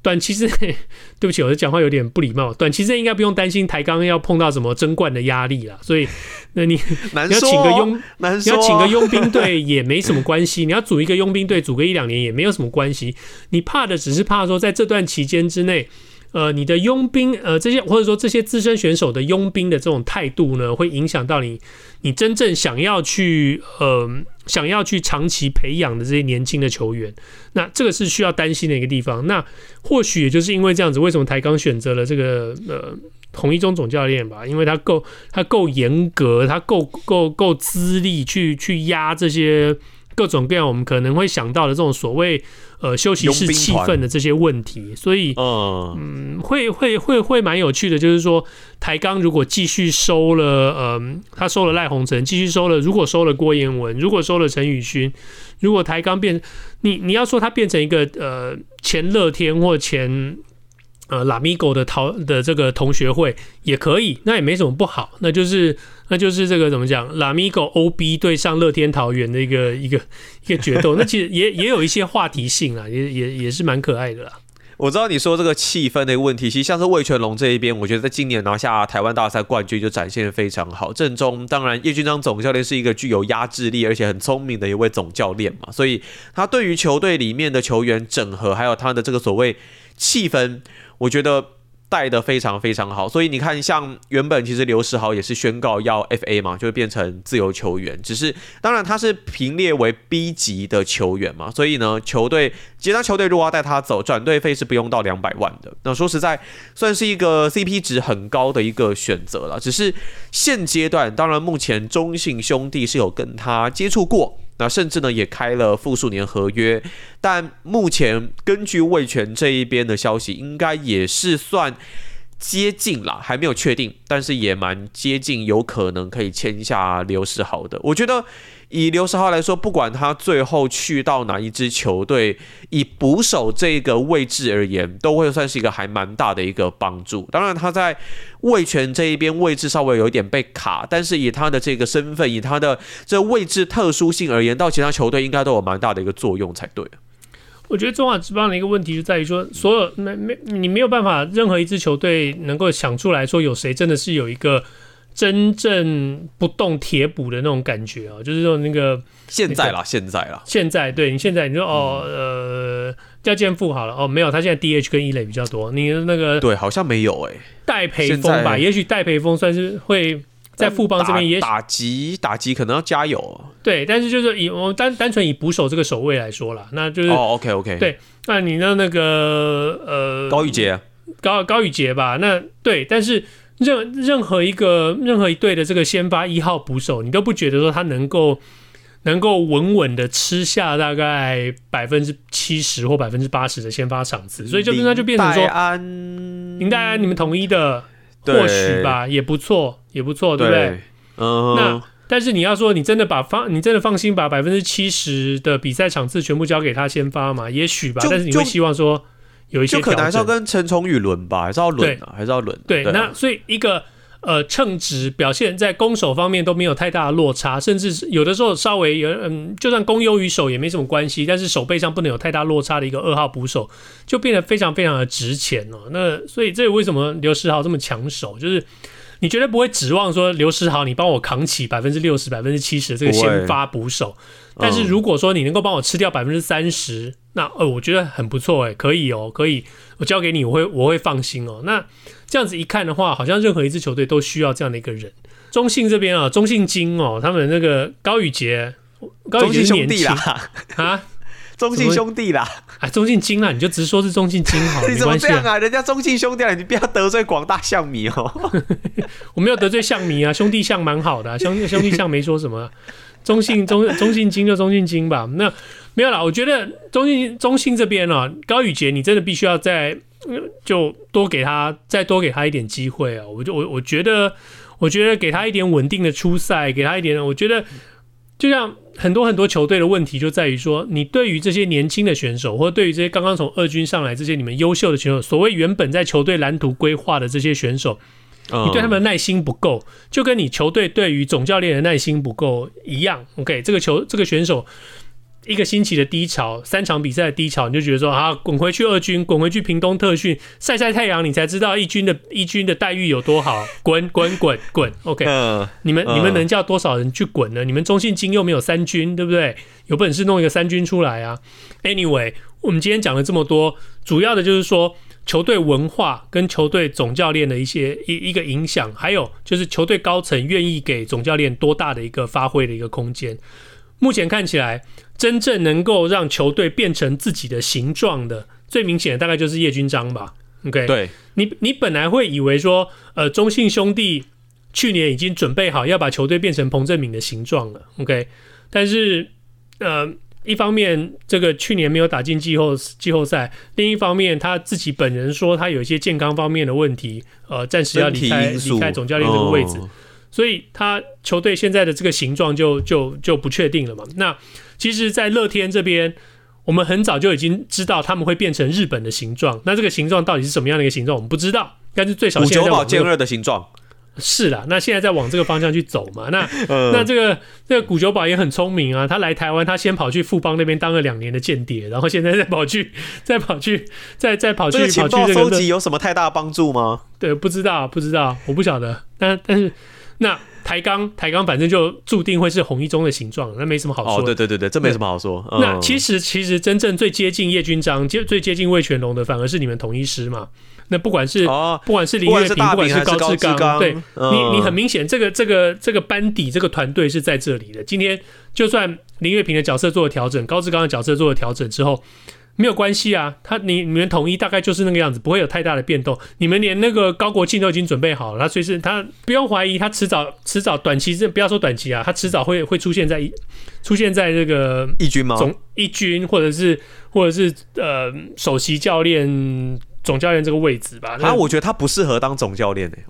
短期之内，对不起，我的讲话有点不礼貌。短期之内应该不用担心台钢要碰到什么争冠的压力啦，所以那你要请个佣兵队也没什么关系，你要组一个佣兵队，组个1-2年也没有什么关系。你怕的只是怕说在这段期间之内。你的佣兵，这些或者说这些资深选手的佣兵的这种态度呢，会影响到你真正想要去长期培养的这些年轻的球员，那这个是需要担心的一个地方。那或许也就是因为这样子，为什么台钢选择了这个洪一中总教练吧？因为他够严格，他够资历去压这些各种各样我们可能会想到的这种所谓休息室气氛的这些问题，所以会蛮有趣的。就是说，台钢如果继续收了他收了赖鸿成，继续收了，如果收了郭彦文，如果收了陈宇勋，如果台钢你要说他变成一个前乐天或前拉米狗的这个同学会也可以，那也没什么不好，那就是这个怎么讲，拉米狗 OB 对上乐天桃园的一个决斗，那其实也有一些话题性啦，也是蛮可爱的啦。 我知道你说这个气氛的一个问题，其实像是味全龙这一边，我觉得在今年拿下台湾大赛冠军就展现得非常好。正中当然叶君璋总教练是一个具有压制力而且很聪明的一位总教练嘛，所以他对于球队里面的球员整合，还有他的这个所谓气氛，我觉得带得非常非常好。所以你看，像原本其实刘时豪也是宣告要 FA 嘛，就会变成自由球员，只是当然他是评列为 B 级的球员嘛，所以呢，其他球队如果要带他走，转队费是不用到200万的。那说实在，算是一个 CP 值很高的一个选择了。只是现阶段，当然目前中信兄弟是有跟他接触过。那甚至呢也开了复数年合约，但目前根据味全这一边的消息，应该也是算接近啦，还没有确定，但是也蛮接近，有可能可以签下刘时豪的。我觉得以刘时豪来说，不管他最后去到哪一支球队，以捕手这个位置而言，都会算是一个还蛮大的一个帮助。当然他在味全这一边位置稍微有一点被卡，但是以他的这个身份，以他的这位置特殊性而言，到其他球队应该都有蛮大的一个作用才对。 我觉得中华职棒的一个问题就在于说，你没有办法任何一支球队能够想出来说有谁真的是有一个真正不动铁补的那种感觉啊，就是说那个现在对你现在你说叫健富好了没有，他现在 DH 跟一垒比较多，你那个对好像没有戴培峰吧，也许戴培峰算是会。在富邦这边也打击可能要加油， 对，但是就是我们单纯以捕手这个守卫来说啦，那就是 OK， 对，那你的那个高宇杰高宇杰吧，那对，但是任何一队的这个先发1号捕手，你都不觉得说他能够稳稳的吃下大概70%或80%的先发场次，所以那就变成说林岱安你们统一的。或许吧，也不错，对不对？那但是你要说你真的放心把70%的比赛场次全部交给他先发嘛？也许吧，但是你会希望说有一些就可能还是要跟陈崇宇轮吧，还是要轮。 对，那所以一个称职表现在攻守方面都没有太大的落差，甚至有的时候稍微就算攻优于守也没什么关系，但是守备上不能有太大落差的一个2号捕手，就变得非常非常的值钱哦。那所以这为什么刘时豪这么抢手，就是你绝对不会指望说刘时豪你帮我扛起60%、70%的这个先发捕手，但是如果说你能够帮我吃掉30%，那我觉得很不错可以，我交给你，我会放心哦。那这样子一看的话，好像任何一支球队都需要这样的一个人。中信这边中信金他们那个高宇杰是年轻啊， 中信兄弟啦， 中信金啦，你就直说是中信金好了， 你怎么这样啊？人家中信兄弟你不要得罪广大象迷我没有得罪象迷啊，兄弟象蛮好的兄弟象没说什么。中信金就中信金吧，那没有啦。我觉得中信这边高宇杰你真的必须要就再多给他一点机会啊！我觉得给他一点稳定的出赛，给他一点，我觉得就像很多球队的问题就在于说，你对于这些年轻的选手，或者对于这些刚刚从2军上来这些你们优秀的选手，所谓原本在球队蓝图规划的这些选手。你对他们的耐心不够，就跟你球队对于总教练的耐心不够一样。OK， 这个选手一个星期的低潮，3场比赛的低潮，你就觉得说啊，滚回去2军，滚回去屏东特训，晒晒太阳，你才知道一军的待遇有多好，滚 ，OK，你们能叫多少人去滚呢？你们中信金又没有3军，对不对？有本事弄一个3军出来啊 ！Anyway， 我们今天讲了这么多，主要的就是说球队文化跟球队总教练的一个影响，还有就是球队高层愿意给总教练多大的一个发挥的一个空间。目前看起来，真正能够让球队变成自己的形状的，最明显的大概就是叶君璋吧。OK， 对， 你本来会以为说，中信兄弟去年已经准备好要把球队变成彭政閔的形状了。OK， 但是一方面这个去年没有打进季后赛，另一方面他自己本人说他有一些健康方面的问题，暂时要离开总教练这个位置。所以他球队现在的这个形状就不确定了嘛。那其实，在乐天这边，我们很早就已经知道他们会变成日本的形状。那这个形状到底是什么样的一个形状，我们不知道。但是最少现在在古久保健二的形状是啦。那现在在往这个方向去走嘛。那这个古久保也很聪明啊。他来台湾，他先跑去富邦那边当了2年的间谍，然后现在再跑去这个情报收集有什么太大的帮助吗？ 对，不知道，我不晓得。但是。那台钢反正就注定会是洪一中的形状，那没什么好说的。 对，这没什么好说。 那其实真正最接近叶君璋、最接近魏全龙的，反而是你们统一师嘛。那不管是林岳平，不管是高志刚，对，你很明显，这个班底，这个团队是在这里的。今天就算林岳平的角色做了调整，高志刚的角色做了调整之后。没有关系啊，你们统一大概就是那个样子，不会有太大的变动。你们连那个高国庆都已经准备好了，他随时他不用怀疑，他迟早短期不要说短期啊，他迟早会出现在这个一军吗？ 一军或者是首席教练、总教练这个位置吧。 我觉得他不适合当总教练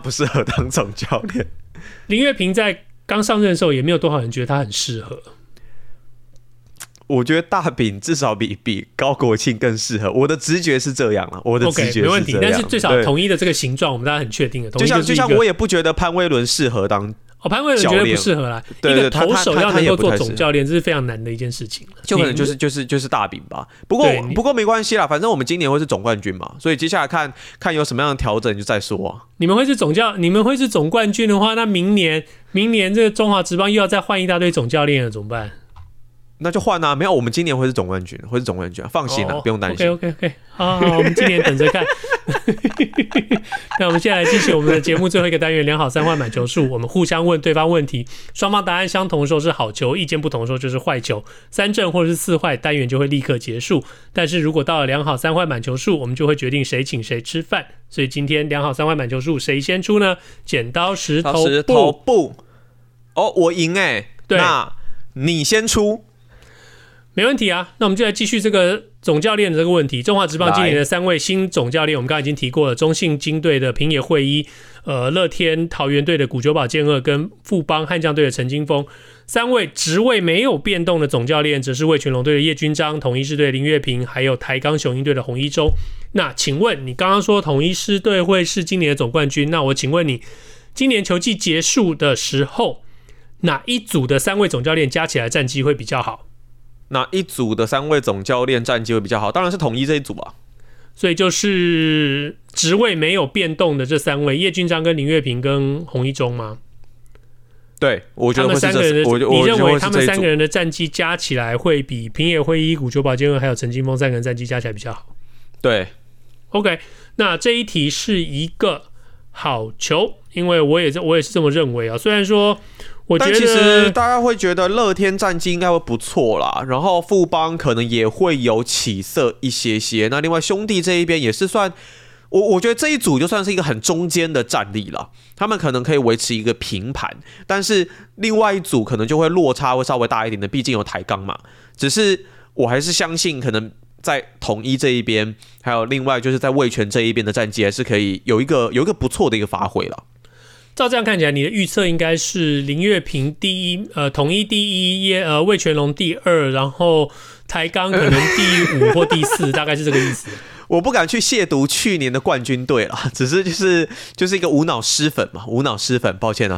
林岳平在刚上任的时候，也没有多少人觉得他很适合。 我觉得大饼至少比高国庆更适合，我的直觉是这样了。 OK， 没问题。但是最少统一的这个形状，我们大家很确定的。 就像我也不觉得潘威伦适合当潘威伦绝对不适合啦。一个投手要能够做总教练，这是非常难的一件事情。 就可能就是大饼吧。不过没关系啦，反正我们今年会是总冠军嘛，所以接下来看有什么样的调整就再说啊。 你们会是总冠军的话，那明年这个中华职棒又要再换一大堆总教练了，怎么办？ 那就换啊！没有，我们今年会是总冠军，放心啦，不用担心。 OK， 好，我们今年等着看。那我们现在来继续我们的节目最后一个单元，良好3坏满球数。我们互相问对方问题，双方答案相同的时候是好球，意见不同的时候就是坏球。3正或者是4坏，单元就会立刻结束。但是如果到了良好3坏满球数，我们就会决定谁请谁吃饭。所以今天良好3坏满球数谁先出呢？剪刀石头布。 哦，我赢对，那你先出。 没问题啊，那我们就来继续这个总教练的这个问题。中华职棒今年的3位新总教练，我们刚才已经提过了，中信金队的平野会一，乐天桃园队的古久保健二，跟富邦悍将队的陈金锋。3位职位没有变动的总教练，则是味全龙队的叶君璋、统一狮队的林岳平，还有台钢雄鹰队的洪一中。那请问你刚刚说统一狮队会是今年的总冠军，那我请问你，今年球季结束的时候，哪一组的3位总教练加起来战绩会比较好？ 哪一组的3位总教练战绩会比较好？当然是统一这一组啊。 所以就是职位没有变动的这3位，叶君璋跟林岳平跟洪一中吗？ 对，我觉得会是你认为他们3个人的战绩加起来会比平野会一、古久保健二还有陈金锋3个人战绩加起来比较好？ 对 ，OK， 那这一题是一个好球，因为我也是这么认为啊。虽然说我觉得， 但其实大家会觉得乐天战绩应该会不错啦，然后富邦可能也会有起色一些。那另外兄弟这一边也是算，我觉得这一组就算是一个很中间的战力了，他们可能可以维持一个平盘，但是另外一组可能就会落差会稍微大一点的，毕竟有台钢嘛。只是我还是相信，可能在统一这一边，还有另外就是在味全这一边的战绩，还是可以有一个不错的一个发挥了。 照这样看起来，你的预测应该是林岳平第一，统一第一，味全龙第2，然后台钢可能第5或第4，大概是这个意思。 我不敢去亵渎去年的冠军队啦，只是就是一个无脑失粉嘛，抱歉啊。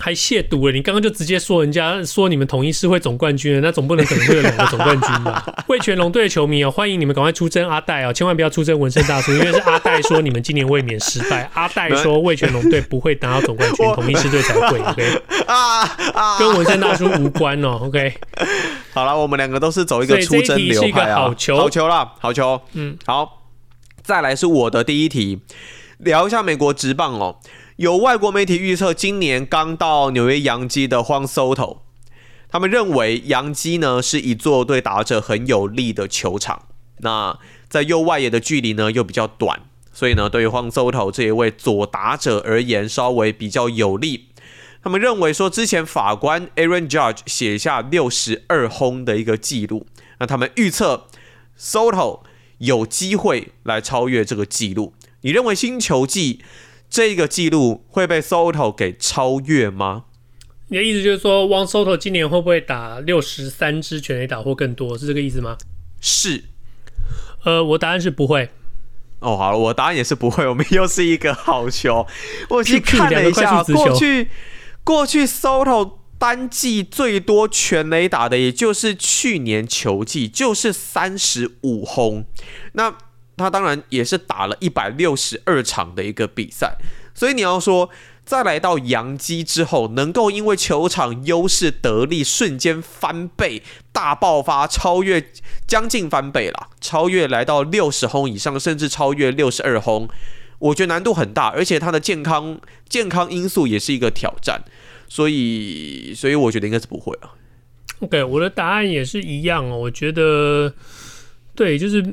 还亵渎了，你刚刚就直接说人家说你们统一狮会总冠军了，那总不能可能会有2个总冠军吧？味全龙队的球迷欢迎你们赶快出征阿戴千万不要出征纹身大叔，因为是阿戴说你们今年卫冕失败，阿戴说味全龙队不会拿到总冠军，统一狮队才会 ，OK？ 跟纹身大叔无关哦 ，OK？ 好了，我们2个都是走一个出征流派啊， 好球， 好球啦，好球，好，再来是我的第一题，聊一下美国职棒哦。有外国媒体预测，今年刚到纽约洋基的Juan Soto，他们认为洋基呢是一座对打者很有利的球场。那在右外野的距离呢又比较短，所以呢对于Juan Soto这一位左打者而言稍微比较有利。他们认为说，之前法官 Aaron Judge 写下62轰的一个记录，那他们预测 Soto 有机会来超越这个记录。你认为新球季这个记录会被 Soto 给超越吗？ 你的意思就是说，Juan Soto 今年会不会打63支全垒打或更多？是这个意思吗？ 是。 我答案是不会。 哦，好了，我答案也是不会。我们又是一个好球。我去看了一下，过去 Soto 单季最多全垒打的，也就是去年球季，就是35轰。那他当然也是打了162场的一个比赛，所以你要说再来到洋基之后，能够因为球场优势得利，瞬间翻倍大爆发，超越将近翻倍啦，超越来到60轰以上，甚至超越62轰，我觉得难度很大，而且他的健康因素也是一个挑战，所以我觉得应该是不会啊。 OK， 我的答案也是一样哦，我觉得。对，就是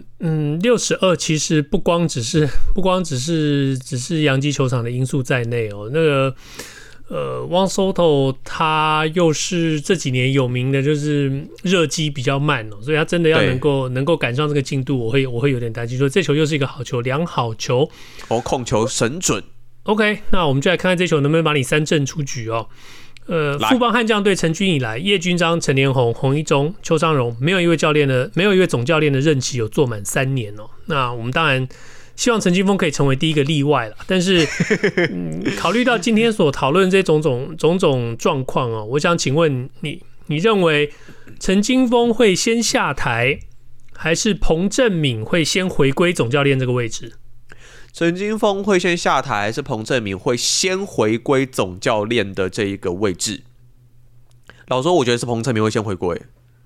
62其实不光只是洋基球场的因素在内哦。那个Juan Soto 他又是这几年有名的就是热机比较慢哦，所以他真的要能够赶上这个进度，我会有点担心说这球又是一个好球，良好球哦，控球神准。 OK， 那我们就来看看这球能不能把你3振出局哦。富邦悍将队成军以来，叶君璋、陈连宏、洪一中、邱昌荣，没有一位总教练的任期有做满3年哦。那我们当然希望陈金锋可以成为第一个例外了，但是考虑到今天所讨论这种种状况哦，我想请问你认为陈金锋会先下台，还是彭政闵会先回归总教练这个位置？ 陈金锋会先下台，还是彭政闵会先回归总教练的这一个位置？老实说，我觉得是彭政闵会先回归。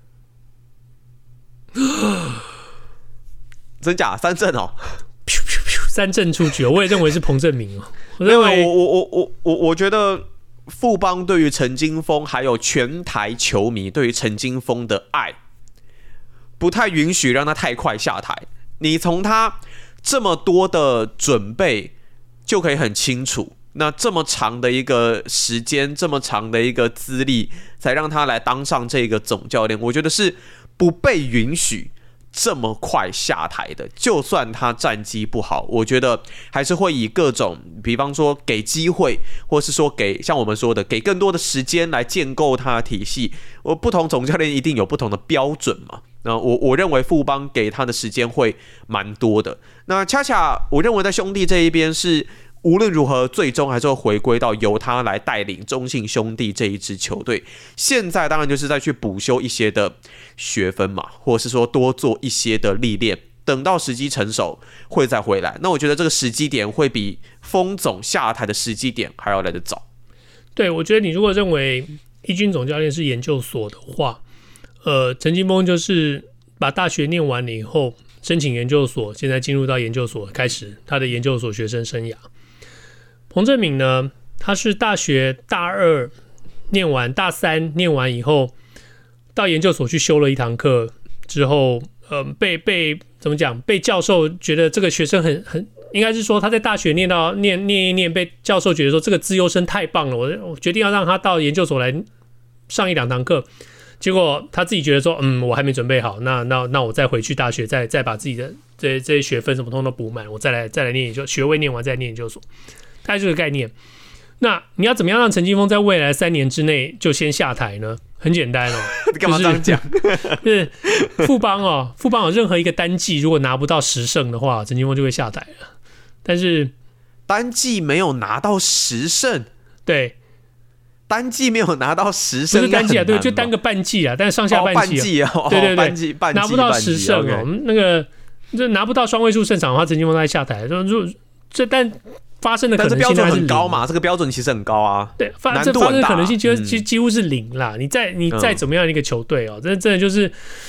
真假3振哦 ，3振出局，我也认为是彭政闵哦。 我觉得富邦对于陈金锋还有全台球迷对于陈金锋的爱，不太允许让他太快下台。你从他这么多的准备就可以很清楚，那这么长的一个时间，这么长的一个资历，才让他来当上这个总教练，我觉得是不被允许这么快下台的。就算他战绩不好，我觉得还是会以各种，比方说给机会，或是说给像我们说的给更多的时间来建构他的体系。不同总教练一定有不同的标准嘛。那我认为富邦给他的时间会蛮多的。那恰恰我认为在兄弟这一边是无论如何最终还是会回归到由他来带领中信兄弟这一支球队。现在当然就是再去补修一些的学分嘛，或者是说多做一些的历练，等到时机成熟会再回来。那我觉得这个时机点会比锋总下台的时机点还要来得早。 对，我觉得你如果认为一军总教练是研究所的话，陈金锋就是把大学念完了以后申请研究所，现在进入到研究所开始他的研究所学生生涯。彭政闵呢，他是大学大2念完，大3念完以后到研究所去修了1堂课之后，被怎么讲？被教授觉得这个学生很应该是说他在大学念一念，被教授觉得说这个资优生太棒了，我决定要让他到研究所来上1-2堂课。结果他自己觉得说，我还没准备好，那我再回去大学，再把自己的这些学分什么通通都补满，我再来念研究，学位念完再念研究所，大概这个概念。那你要怎么样让陈金锋在未来3年之内就先下台呢？很简单哦， 你干嘛这样讲？ 就是富邦有任何一个单季如果拿不到10胜的话，陈金锋就会下台了。但是单季没有拿到10胜， 对。 单季没有拿到10 不胜， 是单季啊，对，就单个半季啊，但是上下半季啊， 对对对， 半季拿不到10胜哦，我们那个就拿不到双位数胜场的话，陈金锋在下台，但发生的可能性但是标准很高嘛， 这个标准其实很高啊， 对，发生的可能性几乎是0啦。你再怎么样的一个球队哦，真的就是，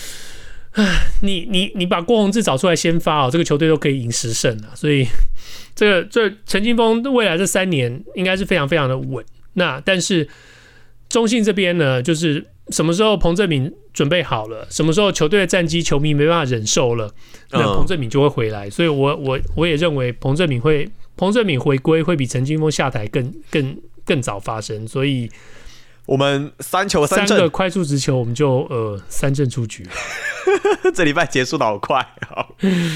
你把郭泓志找出来先发哦，这个球队都可以赢10胜啊。所以这陈金锋未来这3年应该是非常非常的稳。那但是中信这边呢，就是什么时候彭政閔准备好了，什么时候球队的战绩球迷没办法忍受了，那彭政閔就会回来。所以我也认为彭政閔回归会比陈金锋下台更早发生，所以我们3球3 个快速直球，我们就3振出局。 这礼拜结束的好快，好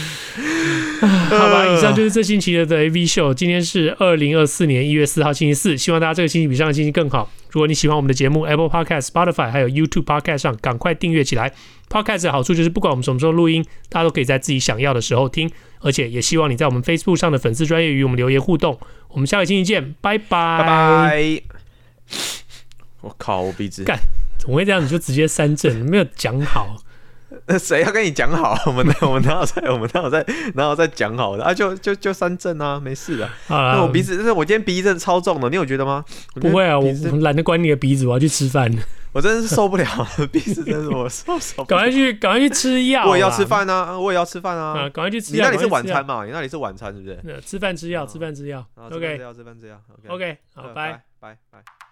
吧，以上就是这星期的 AV 秀。今天是2024年1月4号星期四，希望大家这个星期比上个星期更好。如果你喜欢我们的节目 ，Apple Podcast、Spotify 还有 YouTube Podcast 上赶快订阅起来。Podcast 的好处就是不管我们什么时候录音，大家都可以在自己想要的时候听，而且也希望你在我们 Facebook 上的粉丝专页与我们留言互动。我们下个星期见，拜拜， 拜拜。我靠，我鼻子干，怎么会这样？你就直接3振，没有讲好。 谁要跟你讲好？我们哪有在讲好的啊？就3振啊，没事的。那我鼻子，我今天鼻子真的超重的，你有觉得吗？ 不会啊，我懒得管你的鼻子，我要去吃饭。 我真的是受不了了，鼻子真是我受不了。 赶快去吃药。 我也要吃饭啊， 赶快去吃药。 你那里是晚餐嘛？你那里是晚餐是不是？ 吃饭吃药。OK， 吃饭吃药。 OK， 好，拜。